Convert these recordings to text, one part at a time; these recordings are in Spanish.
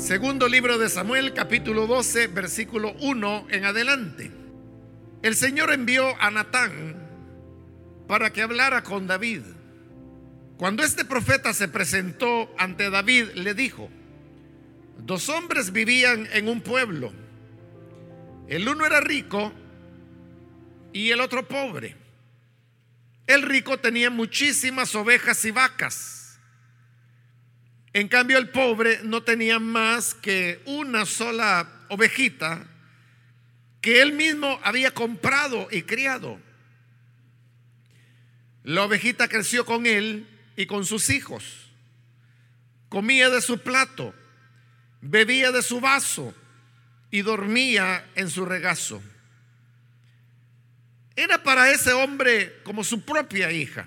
Segundo libro de Samuel, capítulo 12, versículo 1 en adelante. El Señor envió a Natán para que hablara con David. Cuando este profeta se presentó ante David, le dijo: dos hombres vivían en un pueblo. El uno era rico y el otro pobre. El rico tenía muchísimas ovejas y vacas. En cambio, el pobre no tenía más que una sola ovejita que él mismo había comprado y criado. La ovejita creció con él y con sus hijos. Comía de su plato, bebía de su vaso y dormía en su regazo. Era para ese hombre como su propia hija.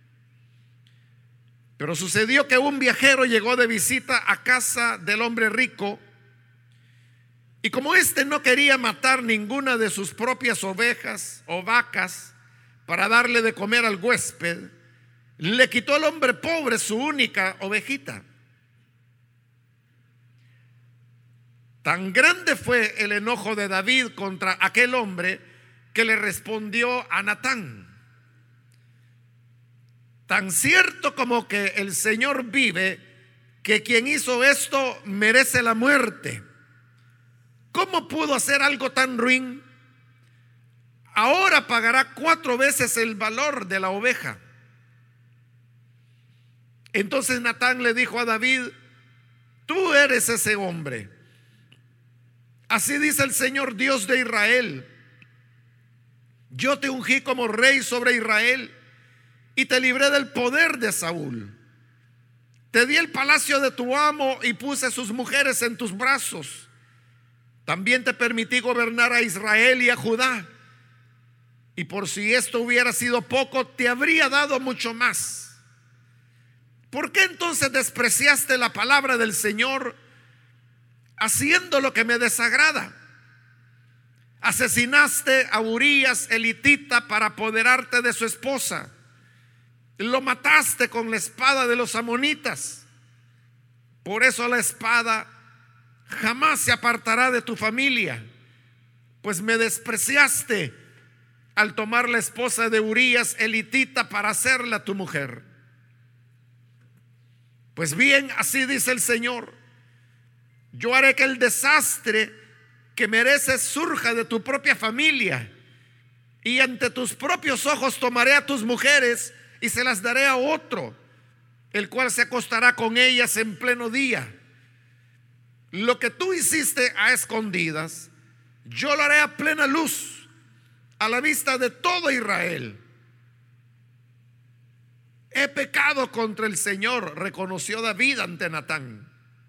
Pero sucedió que un viajero llegó de visita a casa del hombre rico, y como éste no quería matar ninguna de sus propias ovejas o vacas para darle de comer al huésped, le quitó al hombre pobre su única ovejita. Tan grande fue el enojo de David contra aquel hombre que le respondió a Natán: tan cierto como que el Señor vive, que quien hizo esto merece la muerte. ¿Cómo pudo hacer algo tan ruin? Ahora pagará 4 veces el valor de la oveja. Entonces Natán le dijo a David: tú eres ese hombre. Así dice el Señor Dios de Israel: yo te ungí como rey sobre Israel y te libré del poder de Saúl. Te di el palacio de tu amo y puse sus mujeres en tus brazos. También te permití gobernar a Israel y a Judá. Y por si esto hubiera sido poco, te habría dado mucho más. ¿Por qué entonces despreciaste la palabra del Señor, haciendo lo que me desagrada? Asesinaste a Urías elitita para apoderarte de su esposa. Lo mataste con la espada de los amonitas. Por eso la espada jamás se apartará de tu familia, pues me despreciaste al tomar la esposa de Urías elitita para hacerla tu mujer. Pues bien, así dice el Señor: yo haré que el desastre que mereces surja de tu propia familia, y ante tus propios ojos tomaré a tus mujeres y se las daré a otro, el cual se acostará con ellas en pleno día. Lo que tú hiciste a escondidas, yo lo haré a plena luz, a la vista de todo Israel. He pecado contra el Señor, reconoció David ante Natán.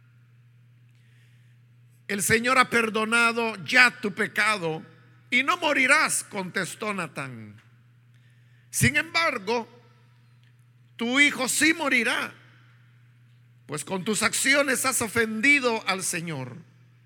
El Señor ha perdonado ya tu pecado y no morirás, contestó Natán. Sin embargo, tu hijo sí morirá, pues con tus acciones has ofendido al Señor.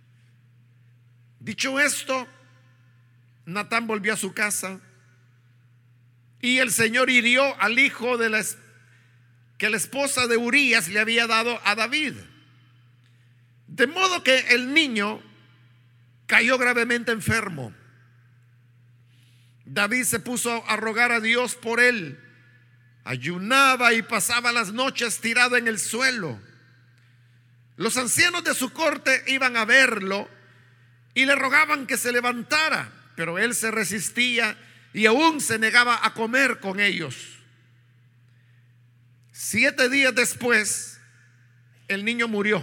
Dicho esto, Natán volvió a su casa, y el Señor hirió al hijo que la esposa de Urías le había dado a David, de modo que el niño cayó gravemente enfermo. David se puso a rogar a Dios por él. Ayunaba y pasaba las noches tirado en el suelo. Los ancianos de su corte iban a verlo y le rogaban que se levantara, pero él se resistía y aún se negaba a comer con ellos. 7 días después, el niño murió.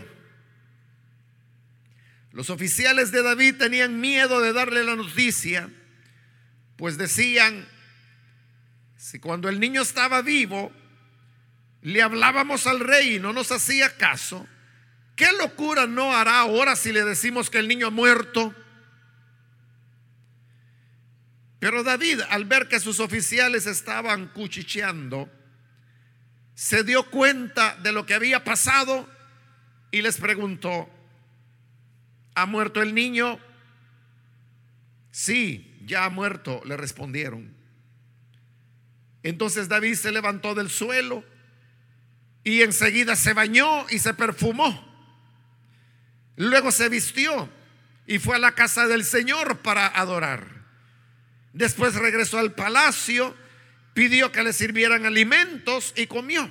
Los oficiales de David tenían miedo de darle la noticia, pues decían: si cuando el niño estaba vivo le hablábamos al rey y no nos hacía caso, ¿qué locura no hará ahora si le decimos que el niño ha muerto? Pero David, al ver que sus oficiales estaban cuchicheando, se dio cuenta de lo que había pasado y les preguntó: ¿ha muerto el niño? Sí, ya ha muerto, le respondieron. Entonces David se levantó del suelo y enseguida se bañó y se perfumó. Luego se vistió y fue a la casa del Señor para adorar. Después regresó al palacio, pidió que le sirvieran alimentos y comió.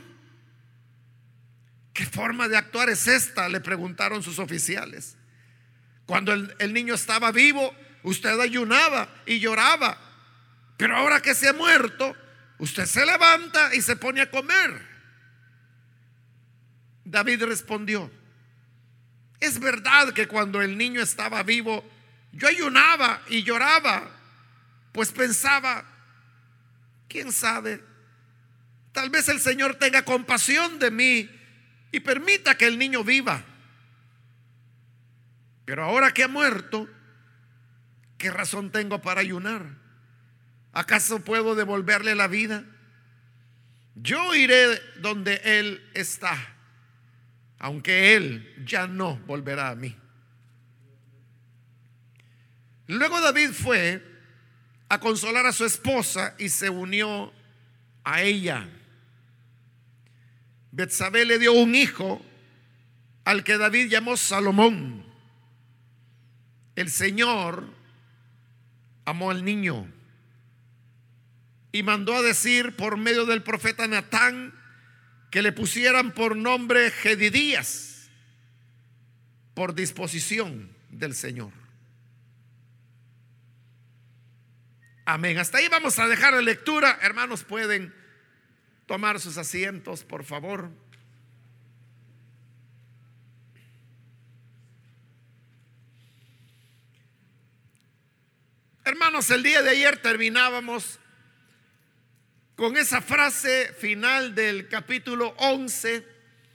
¿Qué forma de actuar es esta?, le preguntaron sus oficiales. Cuando el niño estaba vivo, usted ayunaba y lloraba, pero ahora que se ha muerto, usted se levanta y se pone a comer. David respondió: es verdad que cuando el niño estaba vivo, yo ayunaba y lloraba, pues pensaba, quién sabe, tal vez el Señor tenga compasión de mí y permita que el niño viva. Pero ahora que ha muerto, ¿qué razón tengo para ayunar? ¿Acaso puedo devolverle la vida? Yo iré donde él está, aunque él ya no volverá a mí. Luego David fue a consolar a su esposa y se unió a ella. Betsabé le dio un hijo al que David llamó Salomón. El Señor amó al niño y mandó a decir por medio del profeta Natán que le pusieran por nombre Jedidías, por disposición del Señor. Amén. Hasta ahí vamos a dejar la lectura. Hermanos, pueden tomar sus asientos, por favor. Hermanos, el día de ayer terminábamos con esa frase final del capítulo 11,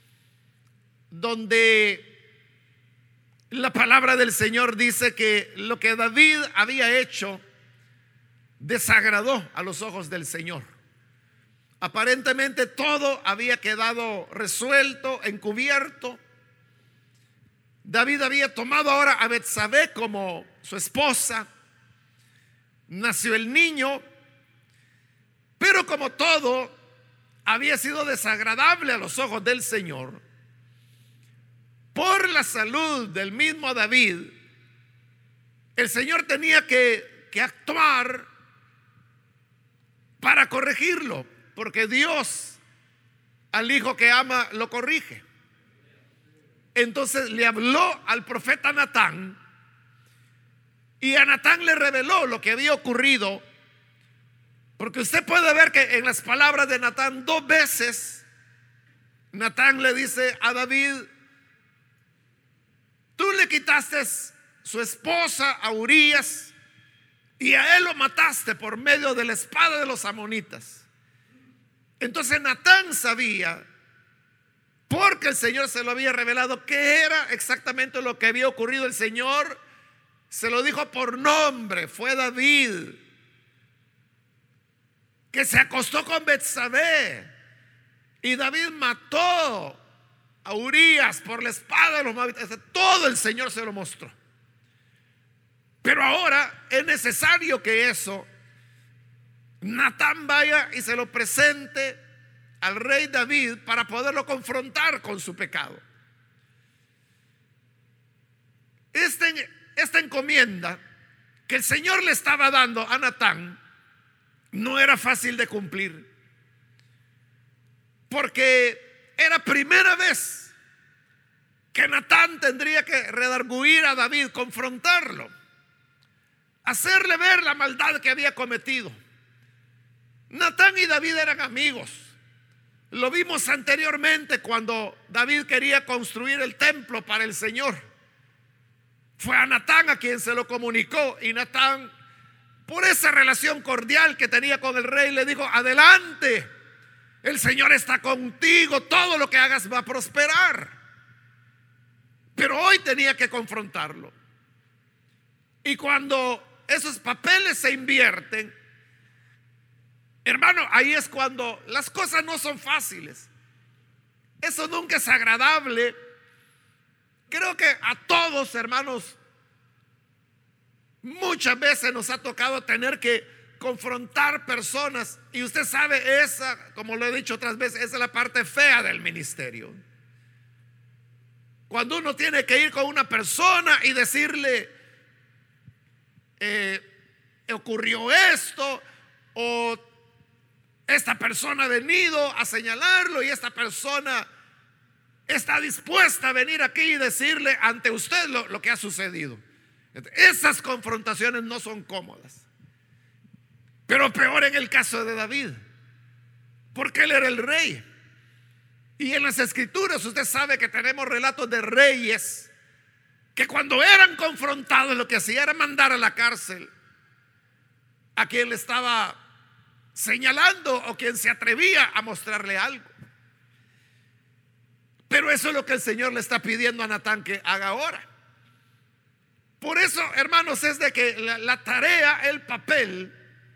donde la palabra del Señor dice que lo que David había hecho desagradó a los ojos del Señor. Aparentemente todo había quedado resuelto, encubierto. David había tomado ahora a Betsabé como su esposa. Nació el niño, pero como todo había sido desagradable a los ojos del Señor, por la salud del mismo David, el Señor tenía que actuar para corregirlo, porque Dios al hijo que ama lo corrige. Entonces le habló al profeta Natán, y a Natán le reveló lo que había ocurrido, porque usted puede ver que en las palabras de Natán, dos veces Natán le dice a David: tú le quitaste su esposa a Urías y a él lo mataste por medio de la espada de los amonitas. Entonces Natán sabía, porque el Señor se lo había revelado, qué era exactamente lo que había ocurrido. El Señor se lo dijo por nombre. Fue David que se acostó con Betsabé, y David mató a Urías por la espada de los moabitas. Todo el Señor se lo mostró. Pero ahora es necesario que eso Natán vaya y se lo presente al rey David para poderlo confrontar con su pecado. Esta encomienda que el Señor le estaba dando a Natán no era fácil de cumplir, porque era primera vez que Natán tendría que redarguir a David, confrontarlo, hacerle ver la maldad que había cometido. Natán y David eran amigos. Lo vimos anteriormente cuando David quería construir el templo para el Señor. Fue a Natán a quien se lo comunicó, y Natán, por esa relación cordial que tenía con el rey, le dijo: adelante, el Señor está contigo, todo lo que hagas va a prosperar. Pero hoy tenía que confrontarlo. Y cuando esos papeles se invierten, hermano, ahí es cuando las cosas no son fáciles. Eso nunca es agradable. Creo que a todos, hermanos, muchas veces nos ha tocado tener que confrontar personas, y usted sabe, esa, como lo he dicho otras veces, esa es la parte fea del ministerio. Cuando uno tiene que ir con una persona y decirle, ocurrió esto, o esta persona ha venido a señalarlo y esta persona está dispuesta a venir aquí y decirle ante usted lo que ha sucedido. Esas confrontaciones no son cómodas. Pero peor en el caso de David, porque él era el rey. Y en las escrituras usted sabe que tenemos relatos de reyes que cuando eran confrontados lo que hacía era mandar a la cárcel a quien le estaba señalando o quien se atrevía a mostrarle algo. Pero eso es lo que el Señor le está pidiendo a Natán que haga ahora. Por eso, hermanos, es de que la tarea, el papel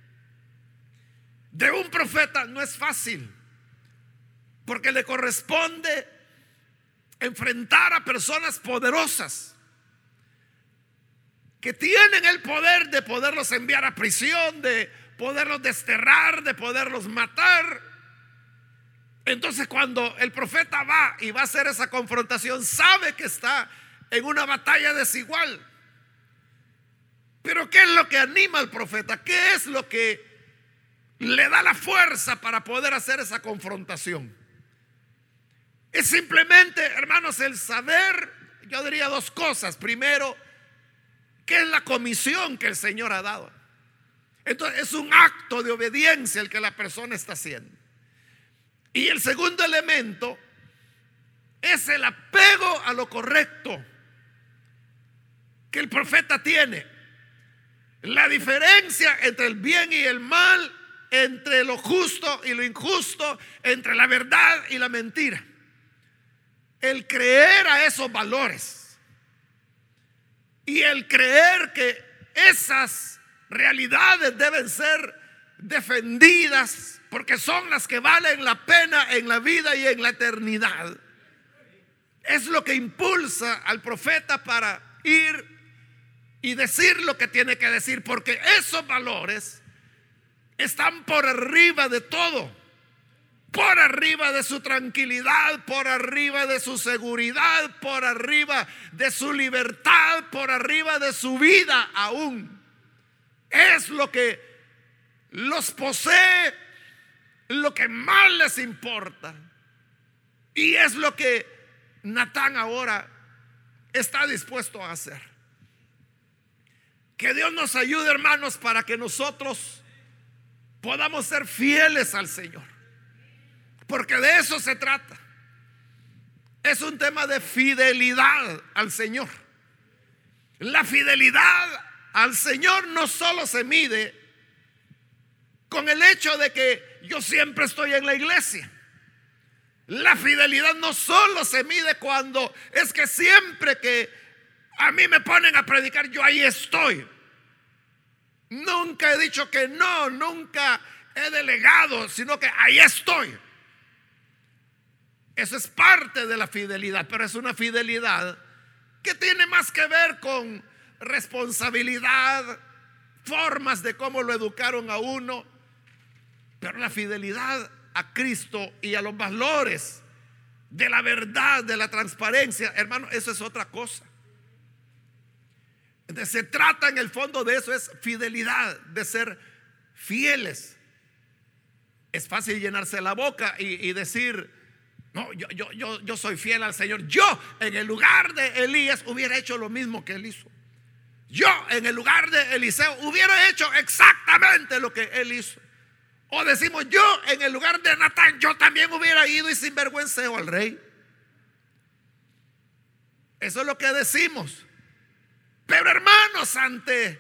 de un profeta no es fácil, porque le corresponde enfrentar a personas poderosas que tienen el poder de poderlos enviar a prisión, de poderlos desterrar, de poderlos matar. Entonces, cuando el profeta va y va a hacer esa confrontación, sabe que está en una batalla desigual. Pero ¿qué es lo que anima al profeta? ¿Qué es lo que le da la fuerza para poder hacer esa confrontación? Es simplemente, hermanos, el saber, yo diría dos cosas. Primero, ¿qué es la comisión que el Señor ha dado? Entonces es un acto de obediencia el que la persona está haciendo. Y el segundo elemento es el apego a lo correcto que el profeta tiene. La diferencia entre el bien y el mal, entre lo justo y lo injusto, entre la verdad y la mentira. El creer a esos valores y el creer que esas realidades deben ser defendidas porque son las que valen la pena en la vida y en la eternidad, es lo que impulsa al profeta para ir y decir lo que tiene que decir, porque esos valores están por arriba de todo, por arriba de su tranquilidad, por arriba de su seguridad, por arriba de su libertad, por arriba de su vida aún. Es lo que los posee, lo que más les importa. Y es lo que Natán ahora está dispuesto a hacer. Que Dios nos ayude, hermanos, para que nosotros podamos ser fieles al Señor, porque de eso se trata. Es un tema de fidelidad al Señor. La fidelidad al Señor no solo se mide con el hecho de que yo siempre estoy en la iglesia. La fidelidad no solo se mide cuando es que siempre que a mí me ponen a predicar, yo ahí estoy. Nunca he dicho que no, nunca he delegado, sino que ahí estoy. Eso es parte de la fidelidad, pero es una fidelidad que tiene más que ver con responsabilidad, formas de cómo lo educaron a uno. Pero la fidelidad a Cristo y a los valores de la verdad, de la transparencia, hermano, eso es otra cosa. Entonces, se trata en el fondo de eso, es fidelidad, de ser fieles. Es fácil llenarse la boca y decir, no, yo soy fiel al Señor. Yo en el lugar de Elías hubiera hecho lo mismo que él hizo. Yo en el lugar de Eliseo hubiera hecho exactamente lo que él hizo. O decimos, yo en el lugar de Natán, yo también hubiera ido y sinvergüenceo al rey. Eso es lo que decimos. Pero hermanos, ante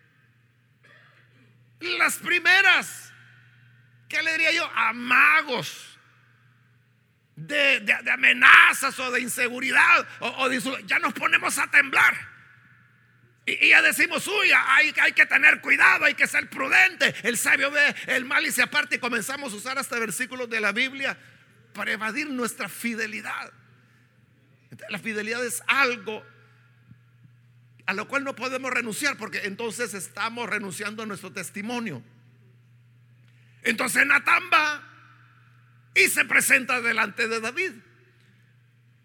las primeras, ¿qué le diría yo? Amagos de amenazas o de inseguridad ya nos ponemos a temblar. Y ya decimos, uy, hay que tener cuidado, hay que ser prudente. El sabio ve el mal y se aparta, y comenzamos a usar hasta versículos de la Biblia para evadir nuestra fidelidad. La fidelidad es algo a lo cual no podemos renunciar, porque entonces estamos renunciando a nuestro testimonio. Entonces Natán va y se presenta delante de David.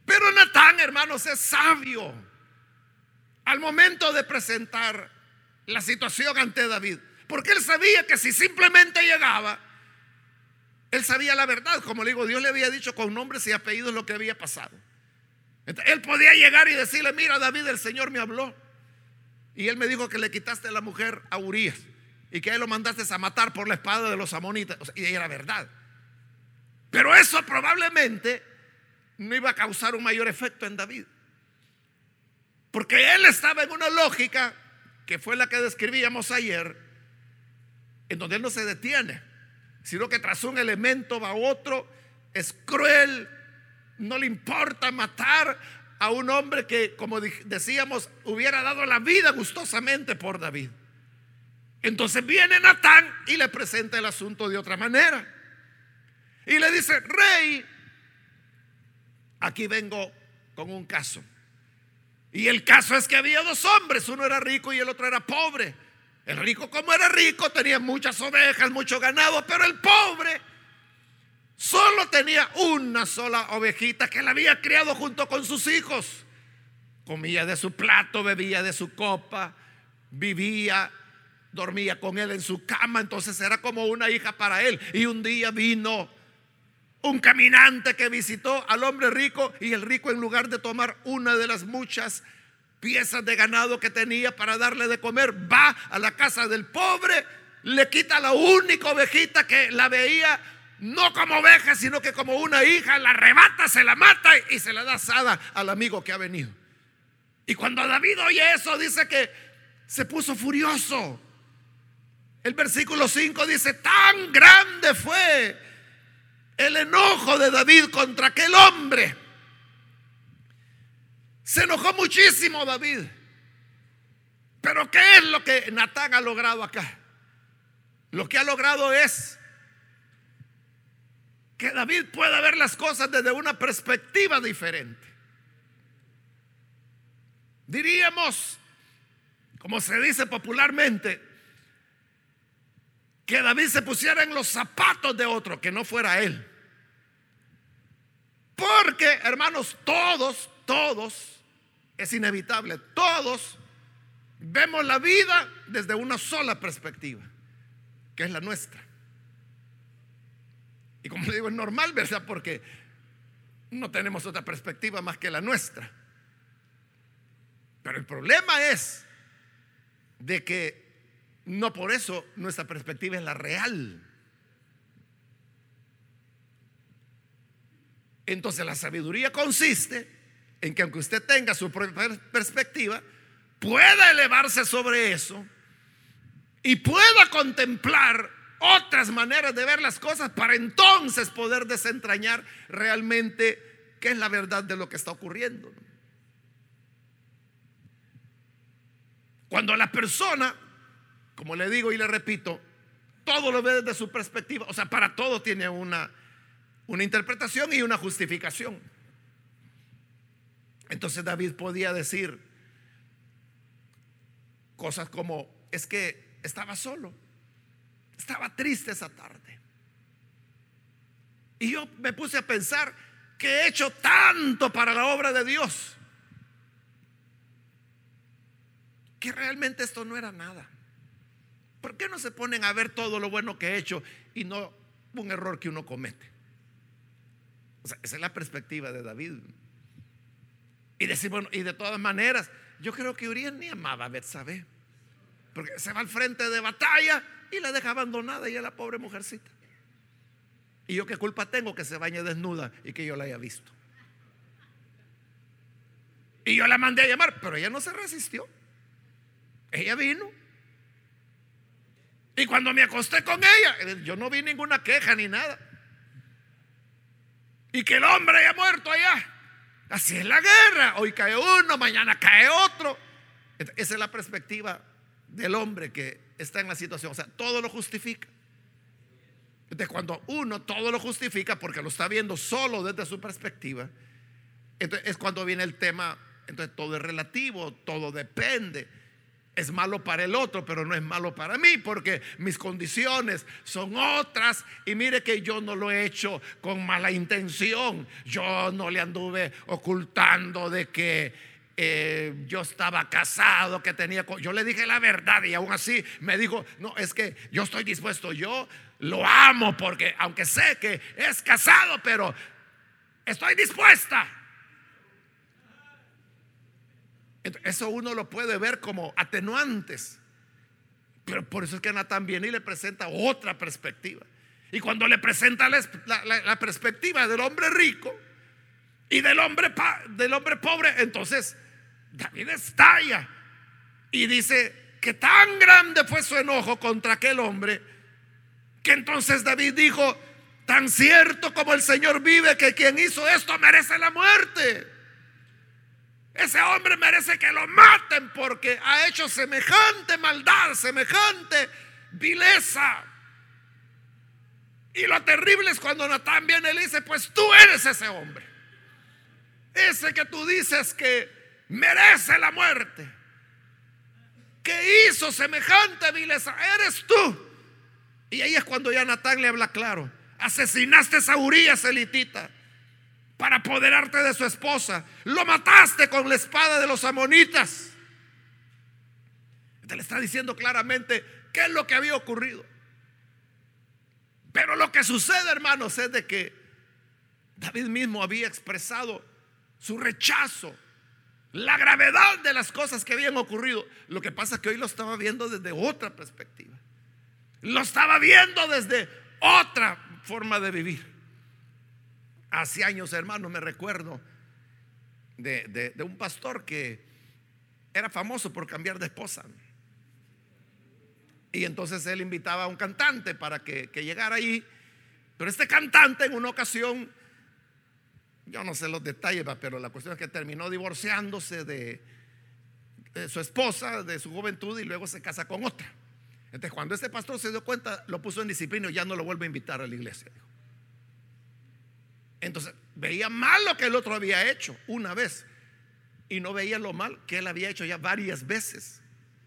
Pero Natán, hermanos, es sabio al momento de presentar la situación ante David, porque él sabía que si simplemente llegaba, él sabía la verdad. Como le digo, Dios le había dicho con nombres y apellidos lo que había pasado. Entonces, él podía llegar y decirle: mira, David, el Señor me habló y él me dijo que le quitaste la mujer a Urías y que a él lo mandaste a matar por la espada de los amonitas. O sea, y era verdad. Pero eso probablemente no iba a causar un mayor efecto en David, porque él estaba en una lógica que fue la que describíamos ayer, en donde él no se detiene, sino que tras un elemento va otro. Es cruel, no le importa matar a un hombre que, como decíamos, hubiera dado la vida gustosamente por David. Entonces viene Natán y le presenta el asunto de otra manera y le dice: rey, aquí vengo con un caso. Y el caso es que había dos hombres, uno era rico y el otro era pobre. El rico, como era rico, tenía muchas ovejas, mucho ganado, pero el pobre solo tenía una sola ovejita que la había criado junto con sus hijos. Comía de su plato, bebía de su copa, vivía, dormía con él en su cama. Entonces era como una hija para él. Y un día vino un caminante que visitó al hombre rico, y el rico, en lugar de tomar una de las muchas piezas de ganado que tenía para darle de comer, va a la casa del pobre, le quita la única ovejita que la veía no como oveja, sino que como una hija, la arrebata, se la mata y se la da asada al amigo que ha venido. Y cuando David oye eso, dice que se puso furioso. El versículo 5 dice: tan grande fue el enojo de David contra aquel hombre. Se enojó muchísimo David. Pero ¿qué es lo que Natán ha logrado acá? Lo que ha logrado es que David pueda ver las cosas desde una perspectiva diferente. Diríamos, como se dice popularmente, que David se pusiera en los zapatos de otro, que no fuera él. Porque, hermanos, todos, es inevitable, todos vemos la vida desde una sola perspectiva, que es la nuestra. Y como le digo, es normal, ¿verdad? Porque no tenemos otra perspectiva más que la nuestra. Pero el problema es de que no por eso nuestra perspectiva es la real. Entonces la sabiduría consiste en que, aunque usted tenga su propia perspectiva, pueda elevarse sobre eso y pueda contemplar otras maneras de ver las cosas, para entonces poder desentrañar realmente qué es la verdad de lo que está ocurriendo. Cuando la persona, como le digo y le repito, todo lo ve desde su perspectiva, o sea, para todo tiene una interpretación y una justificación. Entonces David podía decir cosas como: es que estaba solo, estaba triste esa tarde, y yo me puse a pensar que he hecho tanto para la obra de Dios, que realmente esto no era nada. ¿Por qué no se ponen a ver todo lo bueno que he hecho y no un error que uno comete? O sea, esa es la perspectiva de David. Y decir, bueno, y de todas maneras, yo creo que Urías ni amaba a Betsabé, porque se va al frente de batalla y la deja abandonada, y a la pobre mujercita. Y yo qué culpa tengo que se bañe desnuda y que yo la haya visto. Y yo la mandé a llamar, pero ella no se resistió. Ella vino. Y cuando me acosté con ella, yo no vi ninguna queja ni nada. Y que el hombre haya muerto allá. Así es la guerra. Hoy cae uno, mañana cae otro. Esa es la perspectiva del hombre que está en la situación. O sea, todo lo justifica. Entonces, cuando uno todo lo justifica porque lo está viendo solo desde su perspectiva, entonces es cuando viene el tema. Entonces todo es relativo, todo depende. Es malo para el otro, pero no es malo para mí, porque mis condiciones son otras. Y mire que yo no lo he hecho con mala intención. Yo no le anduve ocultando de que yo estaba casado, que tenía. Yo le dije la verdad y aún así me dijo: no, es que yo estoy dispuesto, yo lo amo, porque aunque sé que es casado, pero estoy dispuesta. Eso uno lo puede ver como atenuantes, pero por eso es que Natán viene y le presenta otra perspectiva. Y cuando le presenta la perspectiva del hombre rico y del hombre pobre, entonces David estalla y dice que tan grande fue su enojo contra aquel hombre, que entonces David dijo: tan cierto como el Señor vive, que quien hizo esto merece la muerte. Ese hombre merece que lo maten, porque ha hecho semejante maldad, semejante vileza. Y lo terrible es cuando Natán viene y le dice: pues tú eres ese hombre, ese que tú dices que merece la muerte, que hizo semejante vileza, eres tú. Y ahí es cuando ya Natán le habla claro: asesinaste a Urías elitita para apoderarte de su esposa, lo mataste con la espada de los amonitas. Te le está diciendo claramente qué es lo que había ocurrido. Pero lo que sucede, hermanos, es de que David mismo había expresado su rechazo, la gravedad de las cosas que habían ocurrido. Lo que pasa es que hoy lo estaba viendo desde otra perspectiva, lo estaba viendo desde otra forma de vivir. Hace años, hermano, me recuerdo de un pastor que era famoso por cambiar de esposa. Y entonces él invitaba a un cantante para que llegara allí. Pero este cantante en una ocasión, yo no sé los detalles, pero la cuestión es que terminó divorciándose de su esposa, de su juventud, y luego se casa con otra. Entonces cuando este pastor se dio cuenta, lo puso en disciplina y ya no lo vuelve a invitar a la iglesia, dijo. Entonces veía mal lo que el otro había hecho una vez y no veía lo mal que él había hecho ya varias veces.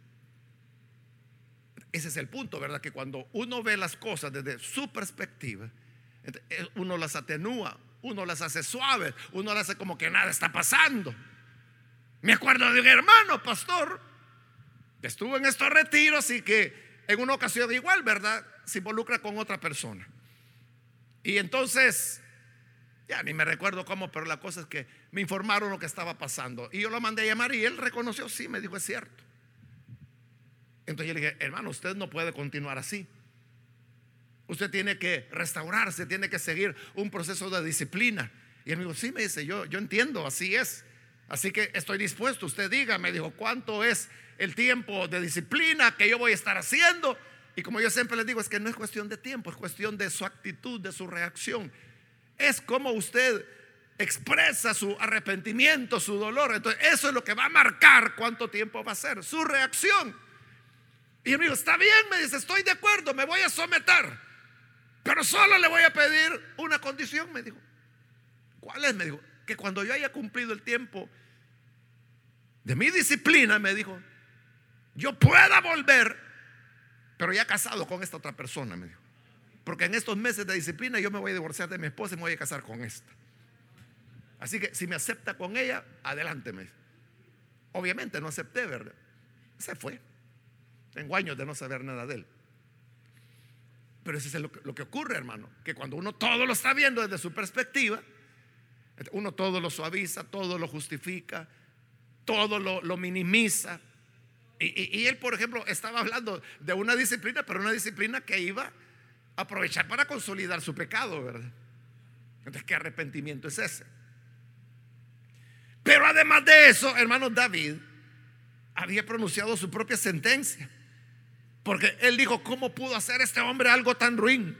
Ese es el punto, ¿verdad? Que cuando uno ve las cosas desde su perspectiva, uno las atenúa, uno las hace suaves, uno las hace como que nada está pasando. Me acuerdo de un hermano pastor que estuvo en estos retiros y que en una ocasión igual, ¿verdad?, se involucra con otra persona. Y entonces, ya ni me recuerdo cómo, pero la cosa es que me informaron lo que estaba pasando y yo lo mandé a llamar y él reconoció, sí, me dijo: es cierto. Entonces yo le dije: hermano, usted no puede continuar así. Usted tiene que restaurarse, tiene que seguir un proceso de disciplina. Y él me dijo: sí, me dice, yo entiendo, así es. Así que estoy dispuesto, usted diga, me dijo, ¿cuánto es el tiempo de disciplina que yo voy a estar haciendo? Y como yo siempre les digo, es que no es cuestión de tiempo, es cuestión de su actitud, de su reacción. Es como usted expresa su arrepentimiento, su dolor. Entonces eso es lo que va a marcar cuánto tiempo va a ser su reacción. Y él me dijo: está bien, me dice, estoy de acuerdo, me voy a someter, pero solo le voy a pedir una condición, me dijo. ¿Cuál es? Me dijo: que cuando yo haya cumplido el tiempo de mi disciplina, me dijo, yo pueda volver, pero ya casado con esta otra persona, me dijo. Porque en estos meses de disciplina yo me voy a divorciar de mi esposa y me voy a casar con esta. Así que si me acepta con ella, adelante, me dijo. Obviamente no acepté, ¿verdad? Se fue. Tengo años de no saber nada de él. Pero eso es lo que ocurre, hermano, que cuando uno todo lo está viendo desde su perspectiva, uno todo lo suaviza, todo lo justifica, todo lo minimiza. Y él, por ejemplo, estaba hablando de una disciplina, pero una disciplina que iba a aprovechar para consolidar su pecado, ¿verdad? Entonces, ¿qué arrepentimiento es ese? Pero además de eso, hermano, David había pronunciado su propia sentencia, porque él dijo: ¿cómo pudo hacer este hombre algo tan ruin?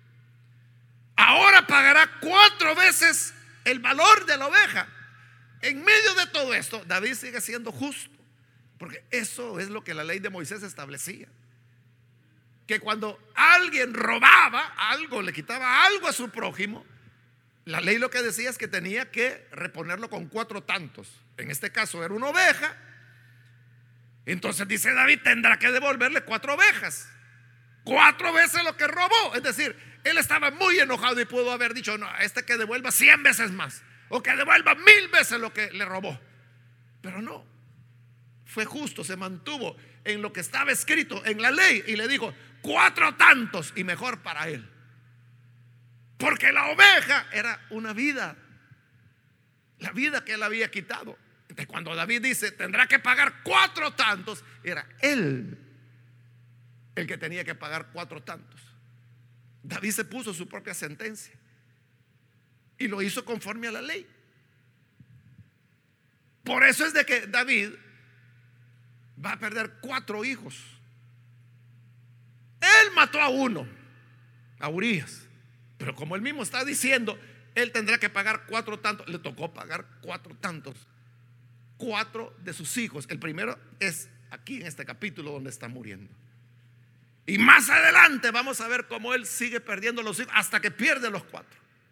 Ahora pagará 4 veces el valor de la oveja. En medio de todo esto, David sigue siendo justo, porque eso es lo que la ley de Moisés establecía, que cuando alguien robaba algo, le quitaba algo a su prójimo, la ley lo que decía es que tenía que reponerlo con 4 tantos. En este caso era una oveja, Entonces dice David, tendrá que devolverle 4 ovejas, 4 veces lo que robó. Es decir, él estaba muy enojado y pudo haber dicho, no, a este que devuelva 100 veces más, o que devuelva 1000 veces lo que le robó. Pero no, fue justo, se mantuvo en lo que estaba escrito en la ley y le dijo 4 tantos y mejor para él, porque la oveja era una vida, la vida que él había quitado. Entonces, cuando David dice tendrá que pagar 4 tantos, era él el que tenía que pagar 4 tantos. David se puso su propia sentencia y lo hizo conforme a la ley. Por eso es de que David va a perder 4 hijos. Él mató a uno, a Urías, pero como él mismo está diciendo, él tendrá que pagar 4 tantos. Le tocó pagar 4 tantos, 4 de sus hijos. El primero es aquí en este capítulo donde está muriendo. Y más adelante vamos a ver cómo él sigue perdiendo los hijos hasta que pierde los 4.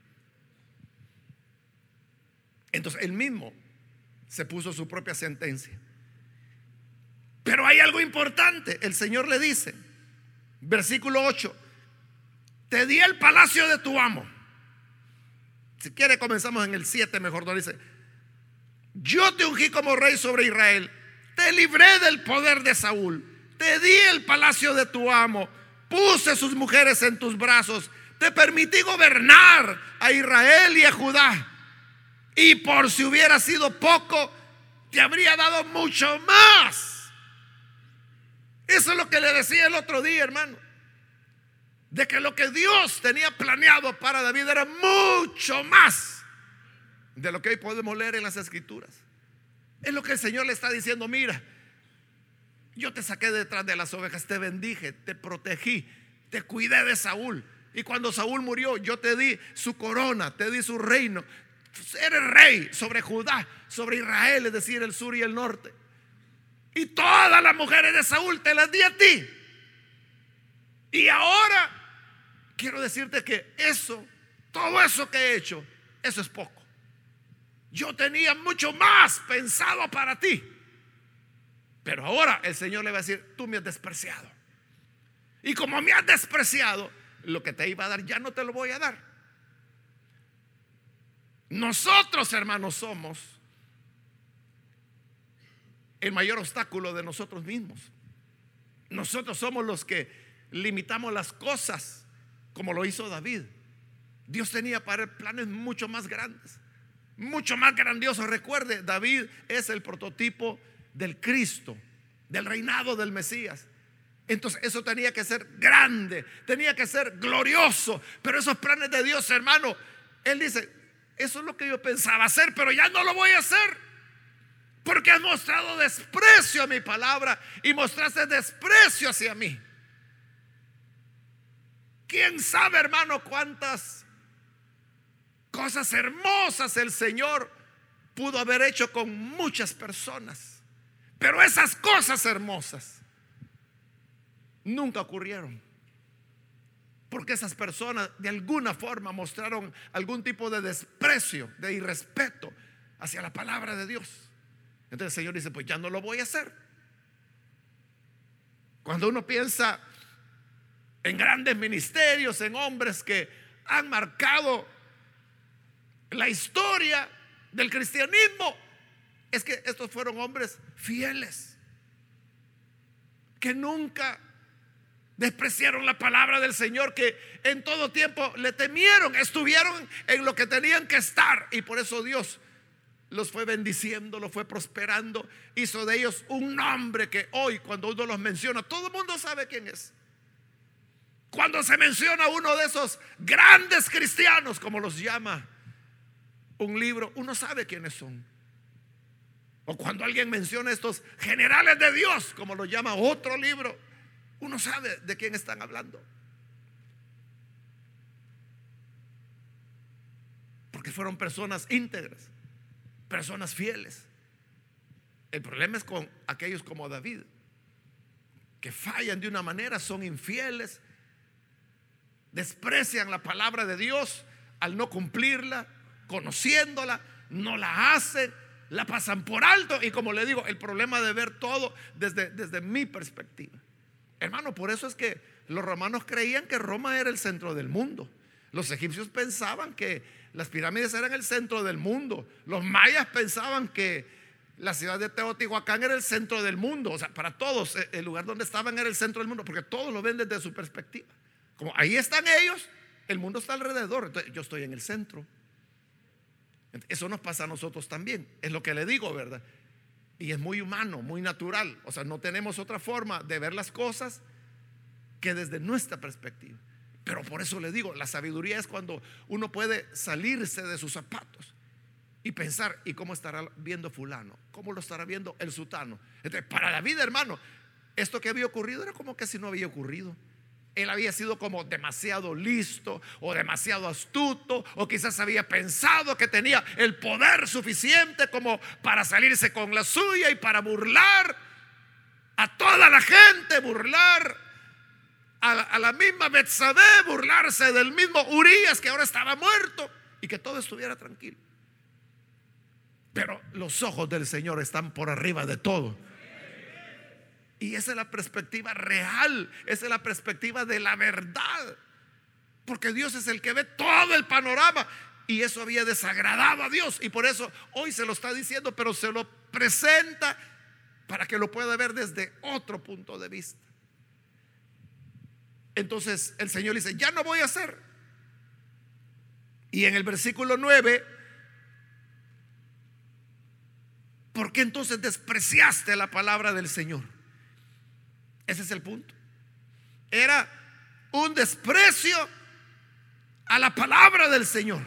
Entonces él mismo se puso su propia sentencia. Pero hay algo importante. El Señor le dice, versículo 8: te di el palacio de tu amo. Si quiere comenzamos en el 7 mejor. No, dice, yo te ungí como rey sobre Israel, te libré del poder de Saúl, te di el palacio de tu amo, puse sus mujeres en tus brazos, te permití gobernar a Israel y a Judá, y por si hubiera sido poco, te habría dado mucho más. Eso es lo que le decía el otro día, hermano, de que lo que Dios tenía planeado para David era mucho más de lo que hoy podemos leer en las escrituras. Es lo que el Señor le está diciendo: mira, yo te saqué detrás de las ovejas, te bendije, te protegí, te cuidé de Saúl, y cuando Saúl murió yo te di su corona, te di su reino. Eres rey sobre Judá, sobre Israel, es decir, el sur y el norte. Y todas las mujeres de Saúl te las di a ti. Y ahora quiero decirte que eso, todo eso que he hecho, eso es poco. Yo tenía mucho más pensado para ti. Pero ahora el Señor le va a decir: tú me has despreciado. Y como me has despreciado, lo que te iba a dar ya no te lo voy a dar. Nosotros, hermanos, somos el mayor obstáculo de nosotros mismos. Nosotros somos los que limitamos las cosas, como lo hizo David. Dios tenía para él planes mucho más grandes, mucho más grandiosos. Recuerde, David es el prototipo del Cristo, del reinado del Mesías. Entonces eso tenía que ser grande, tenía que ser glorioso. Pero esos planes de Dios, hermano, él dice: eso es lo que yo pensaba hacer, pero ya no lo voy a hacer, porque has mostrado desprecio a mi palabra y mostraste desprecio hacia mí. ¿Quién sabe, hermano, cuántas cosas hermosas el Señor pudo haber hecho con muchas personas? Pero esas cosas hermosas nunca ocurrieron, porque esas personas de alguna forma mostraron algún tipo de desprecio, de irrespeto hacia la palabra de Dios. Entonces el Señor dice: pues ya no lo voy a hacer. Cuando uno piensa en grandes ministerios, en hombres que han marcado la historia del cristianismo, es que estos fueron hombres fieles, que nunca despreciaron la palabra del Señor, que en todo tiempo le temieron, estuvieron en lo que tenían que estar, y por eso Dios los fue bendiciendo, los fue prosperando, hizo de ellos un nombre que hoy, cuando uno los menciona, todo el mundo sabe quién es. Cuando se menciona uno de esos grandes cristianos, como los llama un libro, uno sabe quiénes son. O cuando alguien menciona estos generales de Dios, como lo llama otro libro, uno sabe de quién están hablando, porque fueron personas íntegras, personas fieles. El problema es con aquellos como David, que fallan de una manera, son infieles, desprecian la palabra de Dios al no cumplirla, conociéndola, no la hacen, la pasan por alto. Y como le digo, el problema de ver todo desde mi perspectiva, hermano, por eso es que los romanos creían que Roma era el centro del mundo. Los egipcios pensaban que las pirámides eran el centro del mundo. Los mayas pensaban que la ciudad de Teotihuacán era el centro del mundo. O sea, para todos el lugar donde estaban era el centro del mundo, porque todos lo ven desde su perspectiva. Como ahí están ellos, el mundo está alrededor, entonces yo estoy en el centro. Eso nos pasa a nosotros también, es lo que le digo, ¿verdad? Y es muy humano, muy natural. O sea, no tenemos otra forma de ver las cosas que desde nuestra perspectiva. Pero por eso le digo, la sabiduría es cuando uno puede salirse de sus zapatos y pensar: ¿y cómo estará viendo fulano? ¿Cómo lo estará viendo el sutano? Entonces, para David, hermano, esto que había ocurrido era como que si no había ocurrido. Él había sido como demasiado listo o demasiado astuto, o quizás había pensado que tenía el poder suficiente como para salirse con la suya y para burlar a toda la gente, burlar a la misma Betsabé, burlarse del mismo Urías que ahora estaba muerto, y que todo estuviera tranquilo. Pero los ojos del Señor están por arriba de todo. Y esa es la perspectiva real, esa es la perspectiva de la verdad, porque Dios es el que ve todo el panorama. Y eso había desagradado a Dios, y por eso hoy se lo está diciendo, pero se lo presenta para que lo pueda ver desde otro punto de vista. Entonces el Señor dice: ya no voy a hacer. Y en el versículo 9: ¿por qué entonces despreciaste la palabra del Señor? Ese es el punto. Era un desprecio a la palabra del Señor.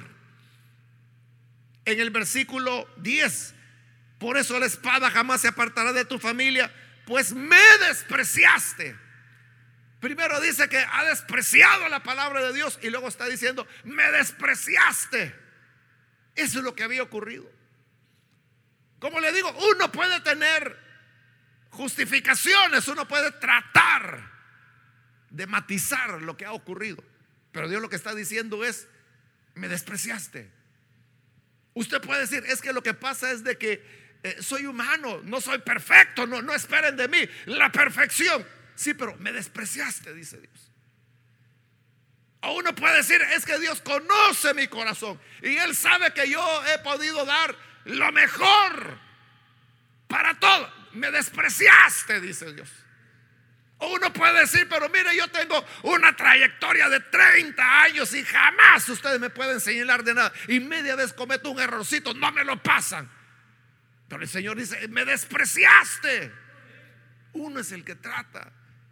En el versículo 10: por eso la espada jamás se apartará de tu familia, pues me despreciaste. Primero dice que ha despreciado la palabra de Dios, y luego está diciendo: me despreciaste. Eso es lo que había ocurrido. Como le digo, uno puede tener justificaciones, uno puede tratar de matizar lo que ha ocurrido, pero Dios lo que está diciendo es: me despreciaste. Usted puede decir: es que lo que pasa es de que soy humano, no soy perfecto, no esperen de mí la perfección. Sí, pero me despreciaste, dice Dios. O uno puede decir: es que Dios conoce mi corazón y Él sabe que yo he podido dar lo mejor para todo. Me despreciaste, dice Dios. O uno puede decir: pero mire, yo tengo una trayectoria de 30 años y jamás ustedes me pueden señalar de nada, y media vez cometo un errorcito, no me lo pasan. Pero el Señor dice: me despreciaste. Uno es el que trata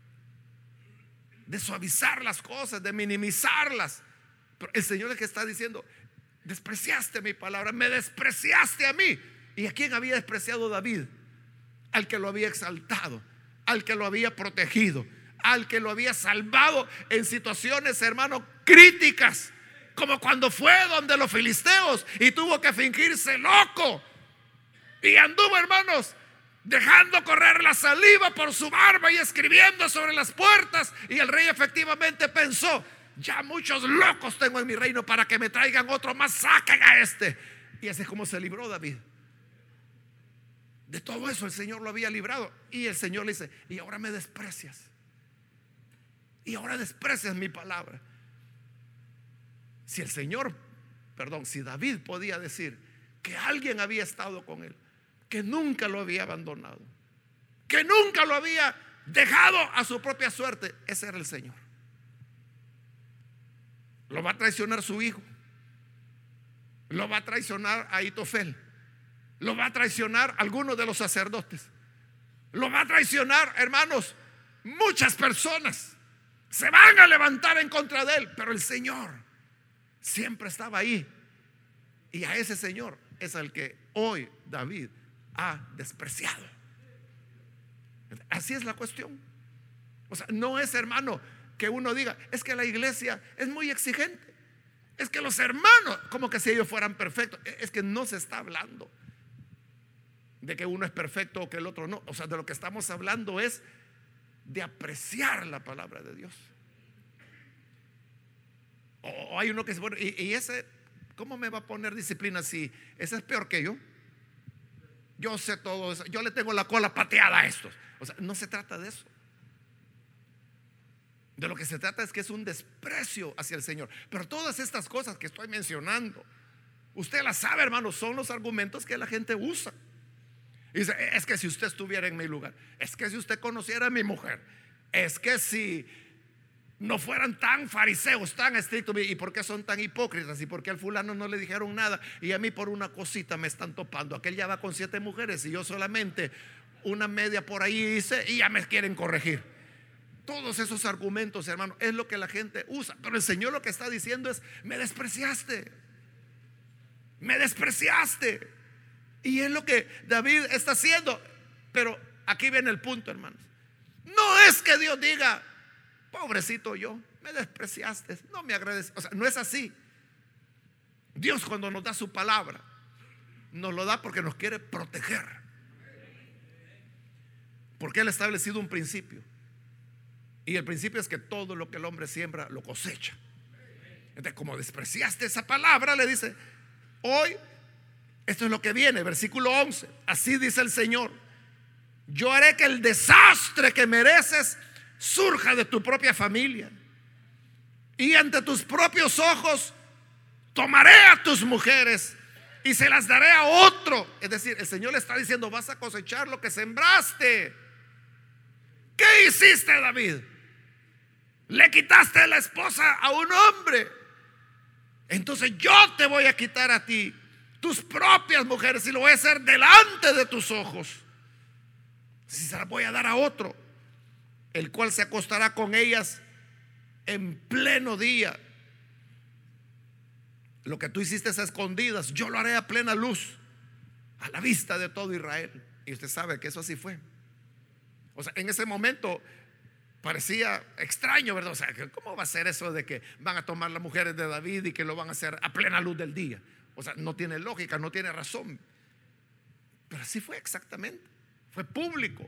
de suavizar las cosas, de minimizarlas, pero el Señor es el que está diciendo: despreciaste mi palabra, me despreciaste a mí. ¿Y a quién había despreciado David? Al que lo había exaltado, al que lo había protegido, al que lo había salvado en situaciones, hermano, críticas, como cuando fue donde los filisteos y tuvo que fingirse loco y anduvo, hermanos, dejando correr la saliva por su barba y escribiendo sobre las puertas. Y el rey efectivamente pensó: ya muchos locos tengo en mi reino para que me traigan otro más, saquen a este. Y así es como se libró David. De todo eso el Señor lo había librado. Y el Señor le dice: y ahora me desprecias. Y ahora desprecias mi palabra. Si el Señor, si David podía decir que alguien había estado con él, que nunca lo había abandonado, que nunca lo había dejado a su propia suerte, ese era el Señor. Lo va a traicionar su hijo, lo va a traicionar a Ahitofel, lo va a traicionar algunos de los sacerdotes, lo va a traicionar, hermanos, muchas personas se van a levantar en contra de él, pero el Señor siempre estaba ahí. Y a ese Señor es al que hoy David ha despreciado. Así es la cuestión. O sea, no es, hermano, que uno diga: es que la iglesia es muy exigente, es que los hermanos, como que si ellos fueran perfectos. Es que no se está hablando de que uno es perfecto o que el otro no. O sea, de lo que estamos hablando es de apreciar la palabra de Dios. O hay uno que dice: bueno, y ese, ¿cómo me va a poner disciplina si ese es peor que yo? yo sé todo eso, yo le tengo la cola pateada a estos. O sea, no se trata de eso. De lo que se trata es que es un desprecio hacia el Señor. Pero todas estas cosas que estoy mencionando, usted las sabe, hermano, son los argumentos que la gente usa. Y dice, es que si usted estuviera en mi lugar, es que si usted conociera a mi mujer, es que si no fueran tan fariseos, tan estrictos, ¿y por qué son tan hipócritas? ¿Y por qué al fulano no le dijeron nada? Y a mí por una cosita me están topando. Aquel ya va con 7 mujeres y yo solamente una media por ahí hice y ya me quieren corregir. Todos esos argumentos, hermano, es lo que la gente usa. Pero el Señor lo que está diciendo es: me despreciaste. Me despreciaste. Y es lo que David está haciendo. Pero aquí viene el punto, hermanos. No es que Dios diga: pobrecito yo, me despreciaste, no me agradeciste. O sea, no es así. Dios, cuando nos da su palabra, nos lo da porque nos quiere proteger, porque Él ha establecido un principio. Y el principio es que todo lo que el hombre siembra lo cosecha. Entonces, como despreciaste esa palabra, le dice: hoy, esto es lo que viene, versículo 11. Así dice el Señor: yo haré que el desastre que mereces surja de tu propia familia, y ante tus propios ojos tomaré a tus mujeres y se las daré a otro. Es decir, el Señor le está diciendo: vas a cosechar lo que sembraste. ¿Qué hiciste, David? Le quitaste la esposa a un hombre. Entonces yo te voy a quitar a ti tus propias mujeres y lo voy a hacer delante de tus ojos. Si se las voy a dar a otro, el cual se acostará con ellas en pleno día. Lo que tú hiciste a escondidas, yo lo haré a plena luz, a la vista de todo Israel. Y usted sabe que eso así fue. O sea, en ese momento parecía extraño, ¿verdad? O sea, ¿cómo va a ser eso de que van a tomar las mujeres de David y que lo van a hacer a plena luz del día? O sea, no tiene lógica, no tiene razón. Pero así fue exactamente. Fue público.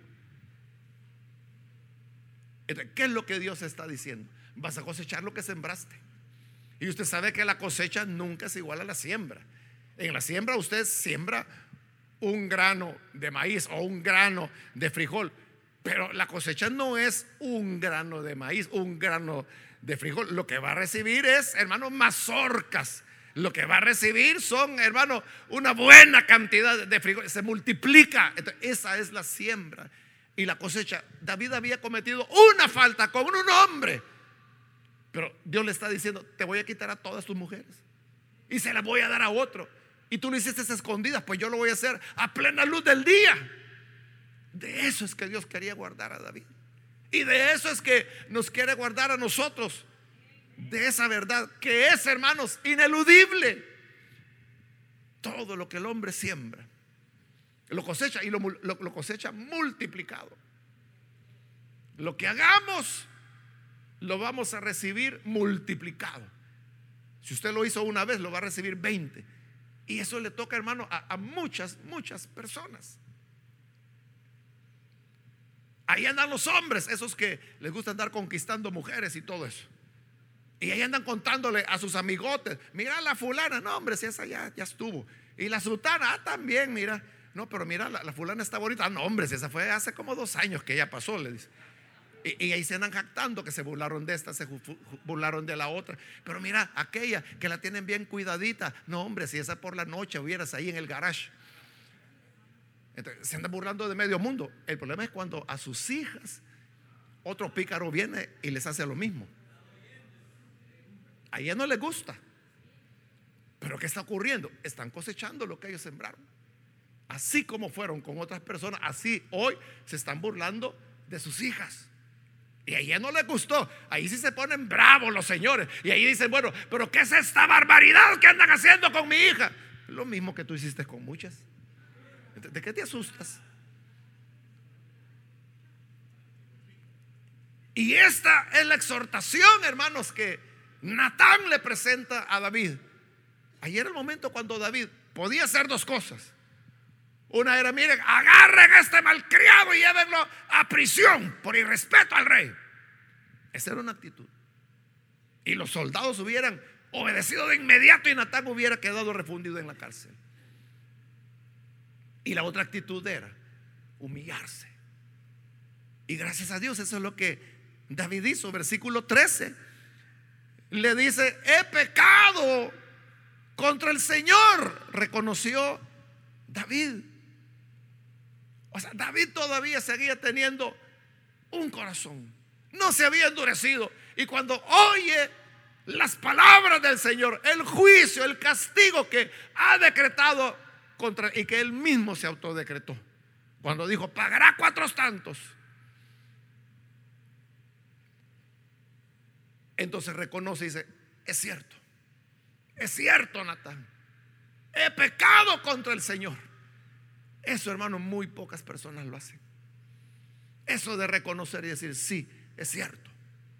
Entonces, ¿qué es lo que Dios está diciendo? Vas a cosechar lo que sembraste. Y usted sabe que la cosecha nunca es igual a la siembra. En la siembra usted siembra un grano de maíz o un grano de frijol, pero la cosecha no es un grano de maíz, un grano de frijol. Lo que va a recibir es, hermano, mazorcas. Lo que va a recibir son, hermano, una buena cantidad de frijol. Se multiplica. Entonces, esa es la siembra y la cosecha. David había cometido una falta con un hombre, pero Dios le está diciendo: te voy a quitar a todas tus mujeres y se las voy a dar a otro. Y tú lo hiciste escondidas, pues yo lo voy a hacer a plena luz del día. De eso es que Dios quería guardar a David. Y de eso es que nos quiere guardar a nosotros. De esa verdad que es, hermanos, ineludible. Todo lo que el hombre siembra lo cosecha, y lo cosecha multiplicado. Lo que hagamos lo vamos a recibir multiplicado. Si usted lo hizo una vez, lo va a recibir 20. Y eso le toca, hermano, a muchas personas. Ahí andan los hombres, esos que les gusta andar conquistando mujeres y todo eso. Y ahí andan contándole a sus amigotes: mira la fulana, no hombre, si esa ya estuvo. Y la sultana, también, mira. No, pero mira, la fulana está bonita. No hombre, si esa fue hace como 2 años que ya pasó, le dice. Y ahí se andan jactando que se burlaron de esta, se burlaron de la otra. Pero mira, aquella que la tienen bien cuidadita. No hombre, si esa por la noche hubieras ahí en el garage. Entonces, se andan burlando de medio mundo. El problema es cuando a sus hijas otro pícaro viene y les hace lo mismo. A ella no les gusta. Pero ¿qué está ocurriendo? Están cosechando lo que ellos sembraron. Así como fueron con otras personas, así hoy se están burlando de sus hijas. Y a ella no les gustó. Ahí sí se ponen bravos los señores. Y ahí dicen: bueno, pero ¿qué es esta barbaridad que andan haciendo con mi hija? Lo mismo que tú hiciste con muchas. ¿De qué te asustas? Y esta es la exhortación, hermanos, que Natán le presenta a David. Ahí era el momento cuando David podía hacer 2 cosas. Una era: miren, agarren a este malcriado y llévenlo a prisión por irrespeto al rey. Esa era una actitud. Y los soldados hubieran obedecido de inmediato y Natán hubiera quedado refundido en la cárcel. Y la otra actitud era humillarse. Y gracias a Dios, eso es lo que David hizo. Versículo 13 le dice: he pecado contra el Señor, reconoció David. O sea, David todavía seguía teniendo un corazón, no se había endurecido. Y cuando oye las palabras del Señor, el juicio, el castigo que ha decretado contra, y que él mismo se autodecretó, cuando dijo: pagará 4 tantos. Entonces reconoce y dice: es cierto, Natán, he pecado contra el Señor. Eso, hermano, muy pocas personas lo hacen. Eso de reconocer y decir: sí, es cierto.